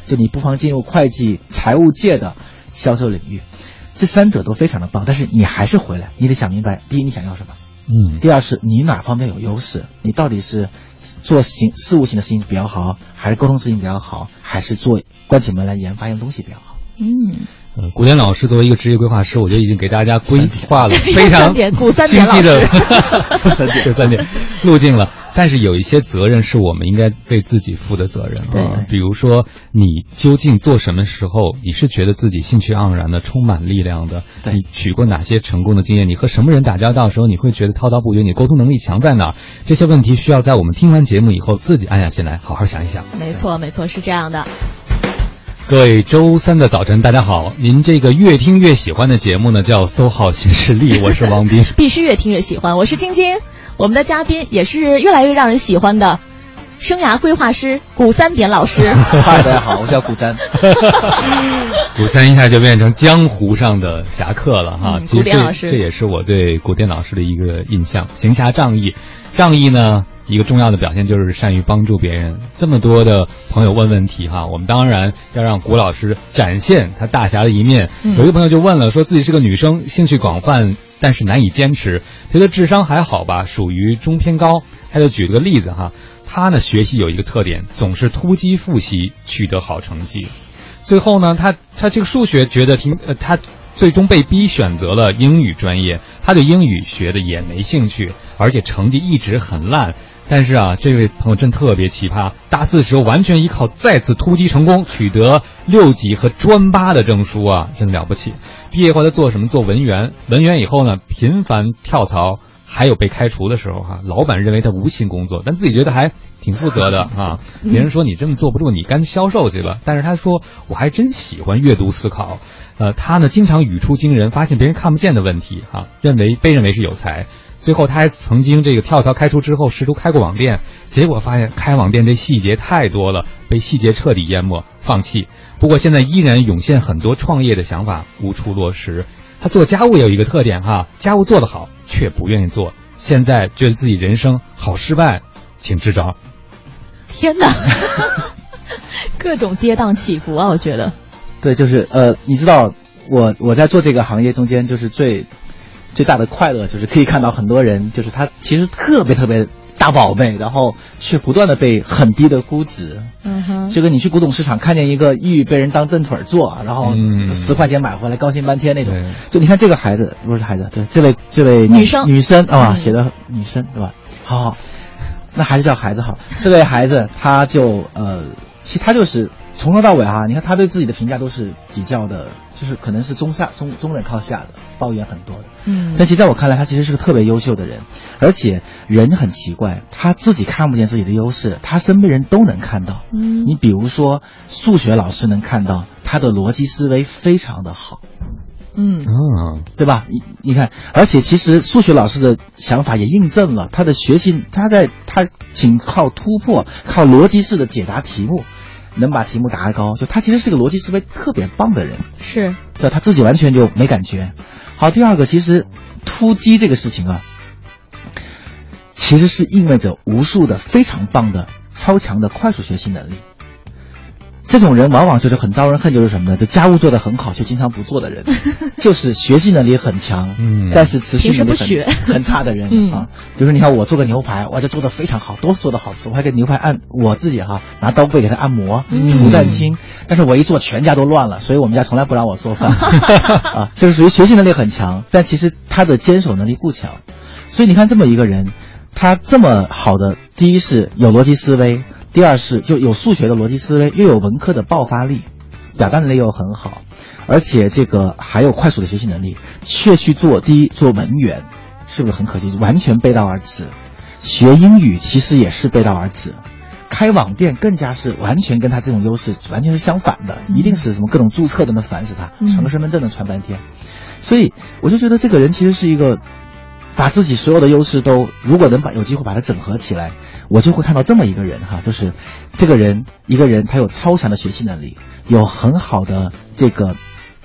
就你不妨进入会计财务界的销售领域。这三者都非常的棒，但是你还是回来，你得想明白，第一你想要什么，第二是你哪方面有优势，你到底是做事务型的事情比较好，还是沟通事情比较好，还是做关起门来研发一样东西比较好。 古典老师作为一个职业规划师，我觉得已经给大家规划了非常清晰的这三点路径了。但是有一些责任是我们应该为自己负的责任啊，比如说你究竟做什么时候你是觉得自己兴趣盎然的，充满力量的，你取过哪些成功的经验，你和什么人打交道的时候你会觉得滔滔不绝，你沟通能力强在哪儿，这些问题需要在我们听完节目以后自己按下心来好好想一想。 没错没错，是这样的。 各位周三的早晨大家好，您这个越听越喜欢的节目呢叫搜号新势力，我是王斌。 必须越听越喜欢，我是晶晶。我们的嘉宾也是越来越让人喜欢的生涯规划师古三点老师。 嗨，大家好，我叫古三。 古三一下就变成江湖上的侠客了哈。 古典老师， 这也是我对古典老师的一个印象，行侠仗义。仗义呢，一个重要的表现就是善于帮助别人。这么多的朋友问问题哈，我们当然要让古老师展现他大侠的一面。有一个朋友就问了，说自己是个女生，兴趣广泛，但是难以坚持，觉得智商还好吧，属于中偏高。他就举了个例子哈，他呢学习有一个特点，总是突击复习，取得好成绩。最后呢，他这个数学觉得他最终被逼选择了英语专业，他对英语学的也没兴趣，而且成绩一直很烂。但是啊，这位朋友真特别奇葩，大四时候完全依靠再次突击成功，取得6级和专8的证书啊，真了不起。毕业后他做什么？做文员，文员以后呢，频繁跳槽，还有被开除的时候哈，老板认为他无心工作，但自己觉得还挺负责的啊。别人说你这么做不住，你干销售去吧。但是他说我还真喜欢阅读思考。他呢经常语出惊人，发现别人看不见的问题哈，被认为是有才。最后他还曾经这个跳槽开除之后试图开过网店，结果发现开网店这细节太多了，被细节彻底淹没，放弃。不过现在依然涌现很多创业的想法，无处落实。他做家务有一个特点哈，家务做得好却不愿意做，现在觉得自己人生好失败，请支招。 天哪，各种跌宕起伏啊，我觉得。 对，就是你知道我在做这个行业中间，就是最大的快乐就是可以看到很多人，就是他其实特别特别大宝贝，然后却不断的被很低的估值。这个你去古董市场看见一个玉被人当凳腿坐，然后10块钱买回来高兴半天那种。就你看这个孩子，不是孩子，对，这位女生啊，写的女生对吧？好，那还是叫孩子好。这位孩子他就其实他就是从头到尾哈，你看他对自己的评价都是比较的，就是可能是中等靠下的，抱怨很多的。但其实在我看来，他其实是个特别优秀的人，而且人很奇怪，他自己看不见自己的优势，他身边人都能看到。你比如说数学老师能看到他的逻辑思维非常的好。对吧？你看，而且其实数学老师的想法也印证了他的学习，他仅靠突破，靠逻辑式的解答题目，能把题目答得高，就他其实是个逻辑思维特别棒的人。 是， 对，他自己完全就没感觉。好，第二个，其实突击这个事情啊，其实是意味着无数的非常棒的超强的快速学习能力。这种人往往就是很招人恨，就是什么呢？就家务做得很好却经常不做的人，就是学习能力很强，但是持续能力很差的人啊。比如说你看我做个牛排，我就做得非常好，都做得好吃，我还给牛排我自己拿刀背给它按摩，涂蛋清，但是我一做全家都乱了，所以我们家从来不让我做饭啊，就是属于学习能力很强，但其实他的坚守能力不强。所以你看这么一个人，他这么好的，第一是有逻辑思维，第二是就有数学的逻辑思维，又有文科的爆发力，表达能力又很好，而且这个还有快速的学习能力，却去做文员，是不是很可惜？完全背道而驰。学英语其实也是背道而驰，开网店更加是完全跟他这种优势完全是相反的，一定是什么各种注册都能烦死他，传个身份证能传半天。所以我就觉得这个人其实是一个把自己所有的优势都，如果能有机会把它整合起来，我就会看到这么一个人哈，就是这个人一个人他有超强的学习能力，有很好的这个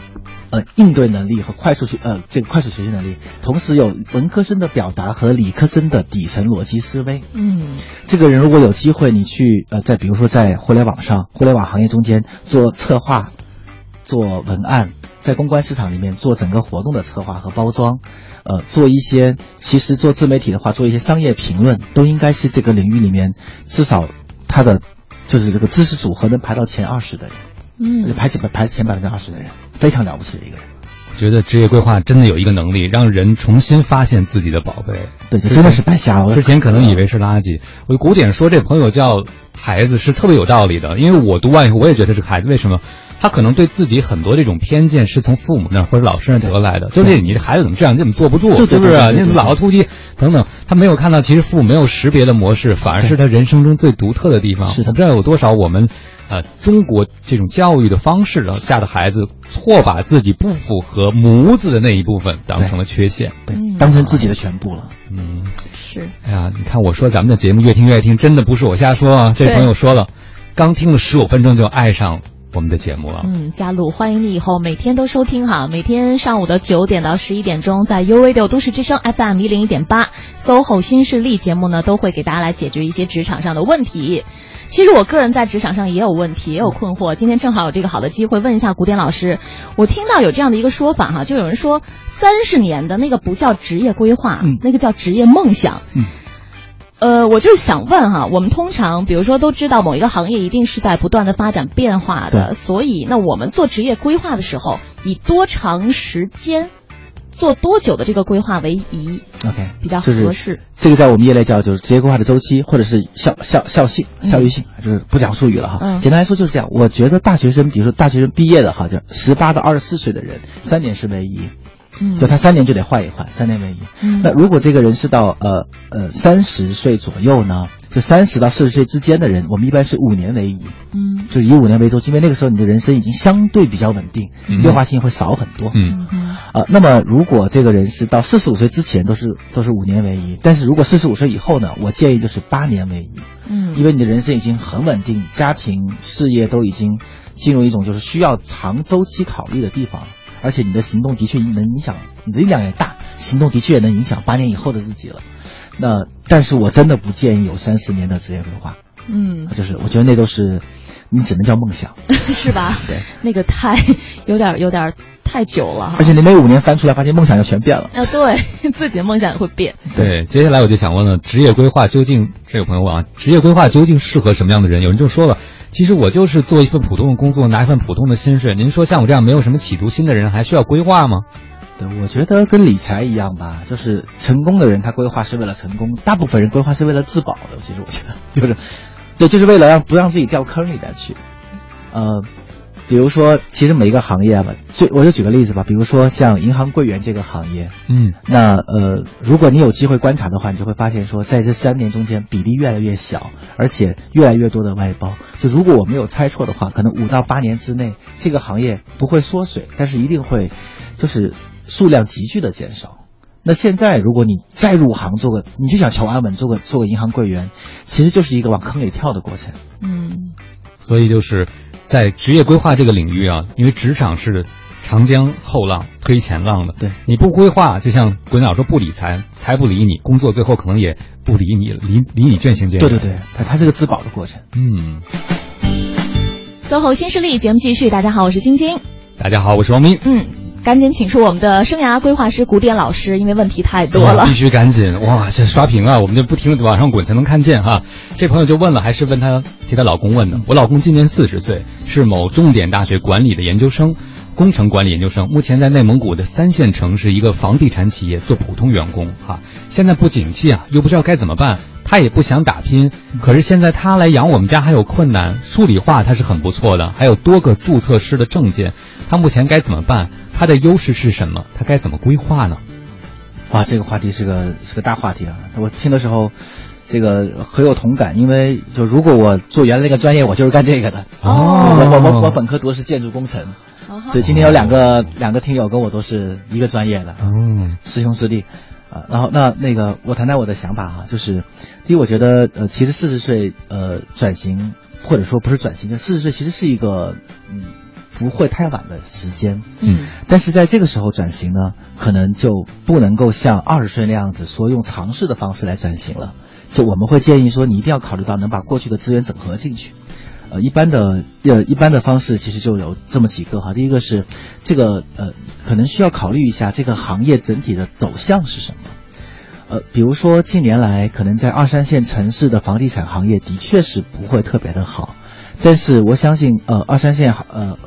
应对能力和快速学习能力，同时有文科生的表达和理科生的底层逻辑思维。这个人如果有机会，你去比如说在互联网行业中间做策划、做文案，在公关市场里面做整个活动的策划和包装，做一些其实做自媒体的话，做一些商业评论，都应该是这个领域里面至少他的就是这个知识组合能排到前20的人，排前20%的人，非常了不起的一个人。 我觉得职业规划真的有一个能力，让人重新发现自己的宝贝。 对，这真的是白瞎了。 之前可能以为是垃圾。我古典说这朋友叫孩子是特别有道理的，因为我读完以后我也觉得是个孩子。为什么？他可能对自己很多这种偏见是从父母那或者老师那得来的，就是你这孩子怎么这样，你怎么坐不住，是不是啊？你怎么老突击等等，他没有看到其实父母没有识别的模式，反而是他人生中最独特的地方。 是的， 我不知道有多少我们中国这种教育的方式下的孩子错把自己不符合模子的那一部分当成了缺陷， 对，当成自己的全部了。 是。 哎呀，你看我说咱们的节目越听越爱听，真的不是我瞎说啊。这朋友说了，刚听了15分钟就爱上我们的节目了。 佳璐，欢迎你以后每天都收听哈，每天上午的9点到11点钟，在 U Radio 都市之声 FM 101.8 SOHO 新势力节目呢，都会给大家来解决一些职场上的问题。其实我个人在职场上也有问题，也有困惑。今天正好有这个好的机会问一下古典老师。我听到有这样的一个说法哈，就有人说30年的那个不叫职业规划，那个叫职业梦想。我就是想问哈，我们通常比如说都知道某一个行业一定是在不断的发展变化的，所以那我们做职业规划的时候，以多长时间做多久的这个规划为宜 ？OK， 比较合适。 这个在我们业内叫就是职业规划的周期，或者是效率性，就是不讲术语了哈。简单来说就是这样。我觉得大学生，比如说大学生毕业的哈，就18到24岁的人，3年是为宜。就他3年就得换一换，3年为宜。那如果这个人是到30岁左右呢，就30到40岁之间的人，我们一般是5年为宜。就是以5年为周期，因为那个时候你的人生已经相对比较稳定，变化性会少很多。那么如果这个人是到45岁之前都是5年为宜，但是如果45岁以后呢，我建议就是8年为宜。因为你的人生已经很稳定，家庭事业都已经进入一种就是需要长周期考虑的地方。而且你的行动的确能影响，你的力量也大，行动的确也能影响8年以后的自己了。但是我真的不建议有30年的职业规划。就是我觉得那都是你只能叫梦想， 是吧？对，那个有点太久了哈。 而且你每5年翻出来，发现梦想就全变了。 对，自己的梦想也会变。 对，接下来我就想问了，职业规划究竟，这有朋友问啊，职业规划究竟适合什么样的人？有人就说了，其实我就是做一份普通的工作，拿一份普通的薪水。您说像我这样没有什么企图心的人，还需要规划吗？ 对，我觉得跟理财一样吧，就是成功的人他规划是为了成功，大部分人规划是为了自保的。其实我觉得就是为了不让自己掉坑里边去。比如说，其实每一个行业吧，我就举个例子吧，比如说像银行柜员这个行业，那如果你有机会观察的话，你就会发现说，在这3年中间比例越来越小，而且越来越多的外包。就如果我没有猜错的话，可能5到8年之内，这个行业不会缩水，但是一定会就是数量急剧的减少。那现在如果你再入行你就想求安稳做个银行柜员，其实就是一个往坑里跳的过程。 所以就是在职业规划这个领域啊，因为职场是长江后浪推前浪的， 对， 你不规划，就像滚导说不理财，财不理你，工作最后可能也不理你，离你渐行渐远。 对，它是个自保的过程。 SOHO 新势力节目继续，大家好，我是晶晶。 大家好，我是王斌。 赶紧请出我们的生涯规划师古典老师，因为问题太多了， 必须赶紧哇！这刷屏啊，我们就不停地往上滚才能看见哈。这朋友就问了，还是问他替他老公问的。我老公今年40岁，是某重点大学管理的研究生，工程管理研究生，目前在内蒙古的3线城市一个房地产企业做普通员工哈。现在不景气啊，又不知道该怎么办，他也不想打拼，可是现在他来养我们家还有困难。数理化他是很不错的，还有多个注册师的证件，他目前该怎么办？他的优势是什么？他该怎么规划呢？ 哇，这个话题是个大话题啊！我听的时候，这个很有同感，因为就如果我做原来那个专业，我就是干这个的。我本科读的是建筑工程，所以今天有两个听友跟我都是一个专业的，师兄师弟。然后那个我谈谈我的想法哈，就是第一，我觉得其实40岁转型，或者说不是转型，就40岁其实是一个不会太晚的时间。但是在这个时候转型呢，可能就不能够像20岁那样子说用尝试的方式来转型了。就我们会建议说，你一定要考虑到能把过去的资源整合进去。一般的方式其实就有这么几个哈。第一个是这个可能需要考虑一下这个行业整体的走向是什么。比如说近年来可能在2、3线城市的房地产行业的确是不会特别的好，但是我相信2、3线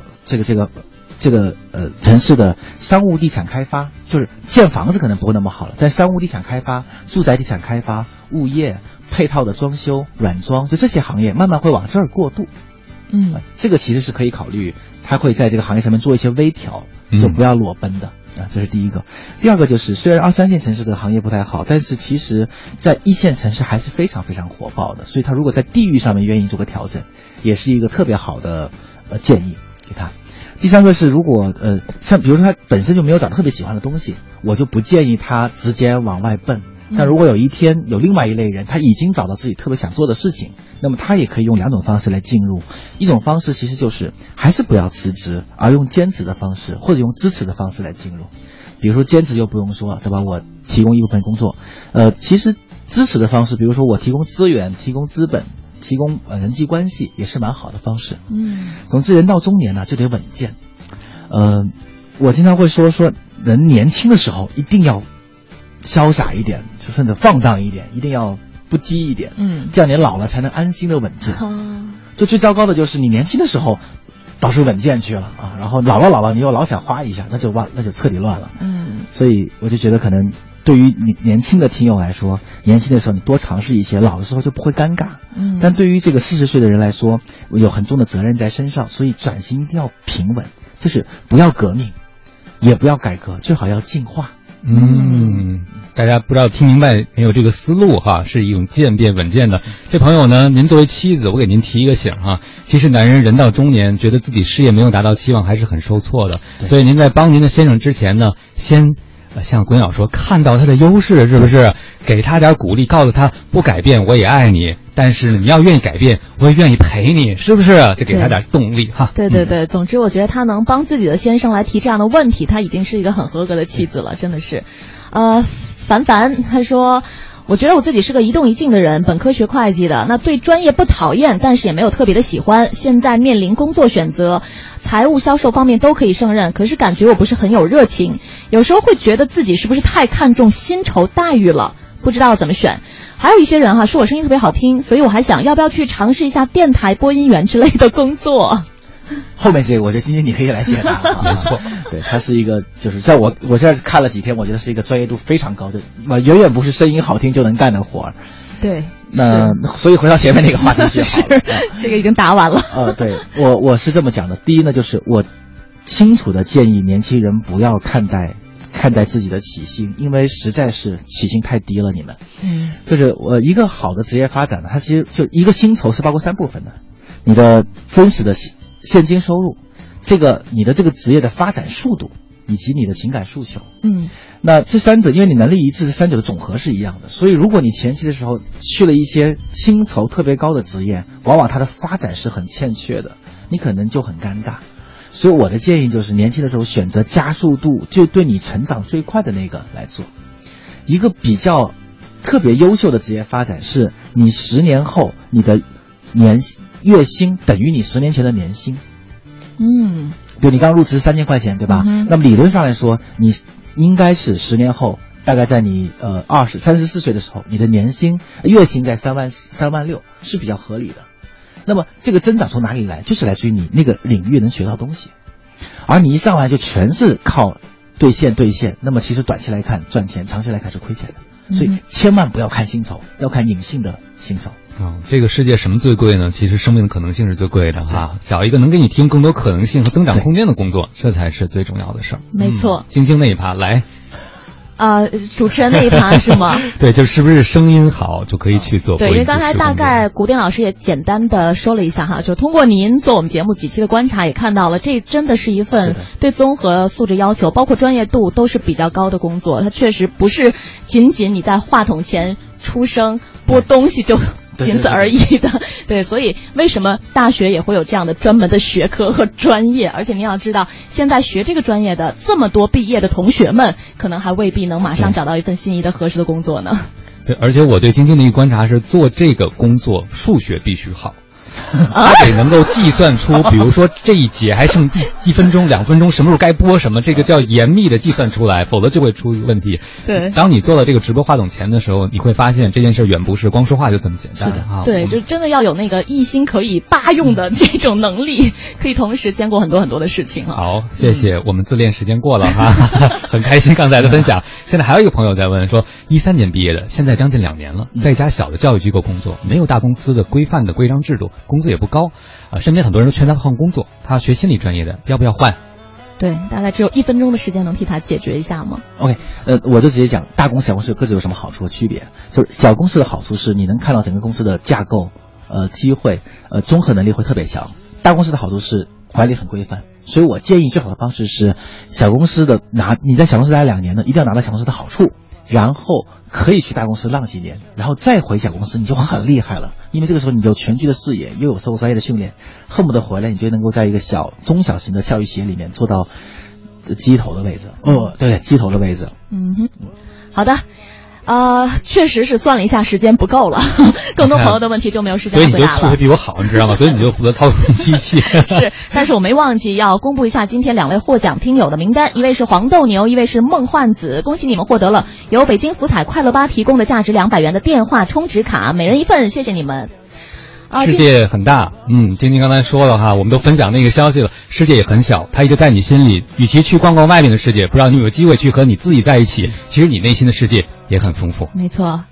城市的商务地产开发，就是建房子可能不会那么好了，但商务地产开发、住宅地产开发、物业配套的装修、软装，就这些行业慢慢会往这儿过渡。这个其实是可以考虑，它会在这个行业上面做一些微调，就不要裸奔的这是第一个。第二个就是，虽然2、3线城市的行业不太好，但是其实在1线城市还是非常非常火爆的，所以它如果在地域上面愿意做个调整，也是一个特别好的建议给他。第三个是，如果像比如说他本身就没有找特别喜欢的东西，我就不建议他直接往外奔。但如果有一天有另外一类人，他已经找到自己特别想做的事情，那么他也可以用2种方式来进入。一种方式其实就是还是不要辞职，而用兼职的方式或者用支持的方式来进入。比如说兼职就不用说了，对吧？我提供一部分工作。其实支持的方式，比如说我提供资源、提供资本、提供人际关系，也是蛮好的方式。总之人到中年呢就得稳健。我经常会说人年轻的时候一定要潇洒一点，就甚至放荡一点，一定要不羁一点。这样你老了才能安心的稳健。就最糟糕的就是你年轻的时候倒是稳健去了啊，然后老了你又老想花一下，那就彻底乱了。所以我就觉得可能对于你年轻的听友来说，年轻的时候你多尝试一些，老的时候就不会尴尬。但对于这个40岁的人来说，有很重的责任在身上，所以转型一定要平稳，就是不要革命，也不要改革，最好要进化。 大家不知道听明白没有这个思路哈，是一种渐变稳健的。这朋友呢，您作为妻子，我给您提一个醒哈，其实男人人到中年，觉得自己事业没有达到期望，还是很受挫的。所以您在帮您的先生之前呢，先像滚鸟说，看到他的优势，是不是给他点鼓励，告诉他不改变我也爱你，但是你要愿意改变，我也愿意陪你，是不是？就给他点动力哈。 对，总之我觉得他能帮自己的先生来提这样的问题，他已经是一个很合格的妻子了，真的是。凡他说，我觉得我自己是个一动一静的人，本科学会计的，那对专业不讨厌，但是也没有特别的喜欢。现在面临工作选择，财务销售方面都可以胜任，可是感觉我不是很有热情，有时候会觉得自己是不是太看重薪酬待遇了，不知道怎么选。还有一些人说我声音特别好听，所以我还想要不要去尝试一下电台播音员之类的工作。 后面这个我觉得今天你可以来解答。没错，对，他是一个就是在我现在看了几天，我觉得是一个专业度非常高的，远远不是声音好听就能干的活儿。 对， 那所以回到前面那个话题就好了。 这个已经答完了。 对，我是这么讲的。第一呢，就是我清楚的建议年轻人不要看待自己的起薪，因为实在是起薪太低了。你们，就是一个好的职业发展呢，它其实就一个薪酬是包括3部分的，你的真实的现金收入，你的这个职业的发展速度，以及你的情感诉求。那这3者，因为你能力一致，这3者的总和是一样的。所以如果你前期的时候去了一些薪酬特别高的职业，往往它的发展是很欠缺的，你可能就很尴尬。所以我的建议就是年轻的时候选择加速度就对你成长最快的那个来做。一个比较特别优秀的职业发展是你10年后你的月薪等于你10年前的年薪。比如你刚入职3000块钱，对吧？那么理论上来说，你应该是10年后，大概在你34岁的时候，你的年薪月薪在3万6是比较合理的。那么这个增长从哪里来？就是来自于你那个领域能学到东西。而你一上来就全是靠兑现，那么其实短期来看赚钱，长期来看是亏钱的。所以千万不要看薪酬，要看隐性的薪酬。 这个世界什么最贵呢？其实生命的可能性是最贵的哈。找一个能给你提供更多可能性和增长空间的工作，这才是最重要的事儿。 没错。 晶晶那一趴来。 主持人那一趴是吗？ 对，就是不是声音好就可以去做？ 对，因为刚才大概古典老师也简单的说了一下哈，就通过您做我们节目几期的观察，也看到了这真的是一份对综合素质要求，包括专业度都是比较高的工作。它确实不是仅仅你在话筒前出声播东西就仅此而已的。对，所以为什么大学也会有这样的专门的学科和专业？而且您要知道，现在学这个专业的这么多毕业的同学们，可能还未必能马上找到一份心仪的合适的工作呢。 对，而且我对晶晶的一个观察是，做这个工作数学必须好。他得能够计算出，比如说这一节还剩1分钟、2分钟，什么时候该播什么，这个叫严密的计算出来，否则就会出问题。 对， 当你坐到这个直播话筒前的时候，你会发现这件事远不是光说话就这么简单。 是的啊，对，就真的要有那个一心可以8用的这种能力，可以同时兼顾很多很多的事情啊。 好，谢谢，我们自恋时间过了哈，很开心刚才的分享。现在还有一个朋友在问说，13年毕业的，现在将近2年了，在一家小的教育机构工作，没有大公司的规范的规章制度，工资也不高，身边很多人都劝他换工作，他学心理专业的，要不要换？ 对，大概只有1分钟的时间能替他解决一下吗 ？OK， 我就直接讲大公司、小公司各自有什么好处和区别。就是小公司的好处是你能看到整个公司的架构、机会、综合能力会特别强。大公司的好处是管理很规范，所以我建议最好的方式是小公司的你在小公司待2年呢，一定要拿到小公司的好处。然后可以去大公司浪几年，然后再回小公司，你就很厉害了。因为这个时候你有全局的视野，又有受过专业的训练，恨不得回来你就能够在一个中小型的教育企业里面做到鸡头的位置。对，鸡头的位置。 嗯哼，好的。确实是算了一下，时间不够了，更多朋友的问题就没有时间回答了。 所以你就数学比我好，你知道吗？所以你就负责操纵机器。 是，但是我没忘记要公布一下今天2位获奖听友的名单，一位是黄豆牛，一位是梦幻子，恭喜你们获得了由北京福彩快乐吧提供的价值200元的电话充值卡，每人1份，谢谢你们。 世界很大，晶晶刚才说了哈，我们都分享那个消息了，世界也很小，它一直在你心里。与其去逛逛外面的世界，不知道你有没有机会去和你自己在一起，其实你内心的世界也很丰富。 没错。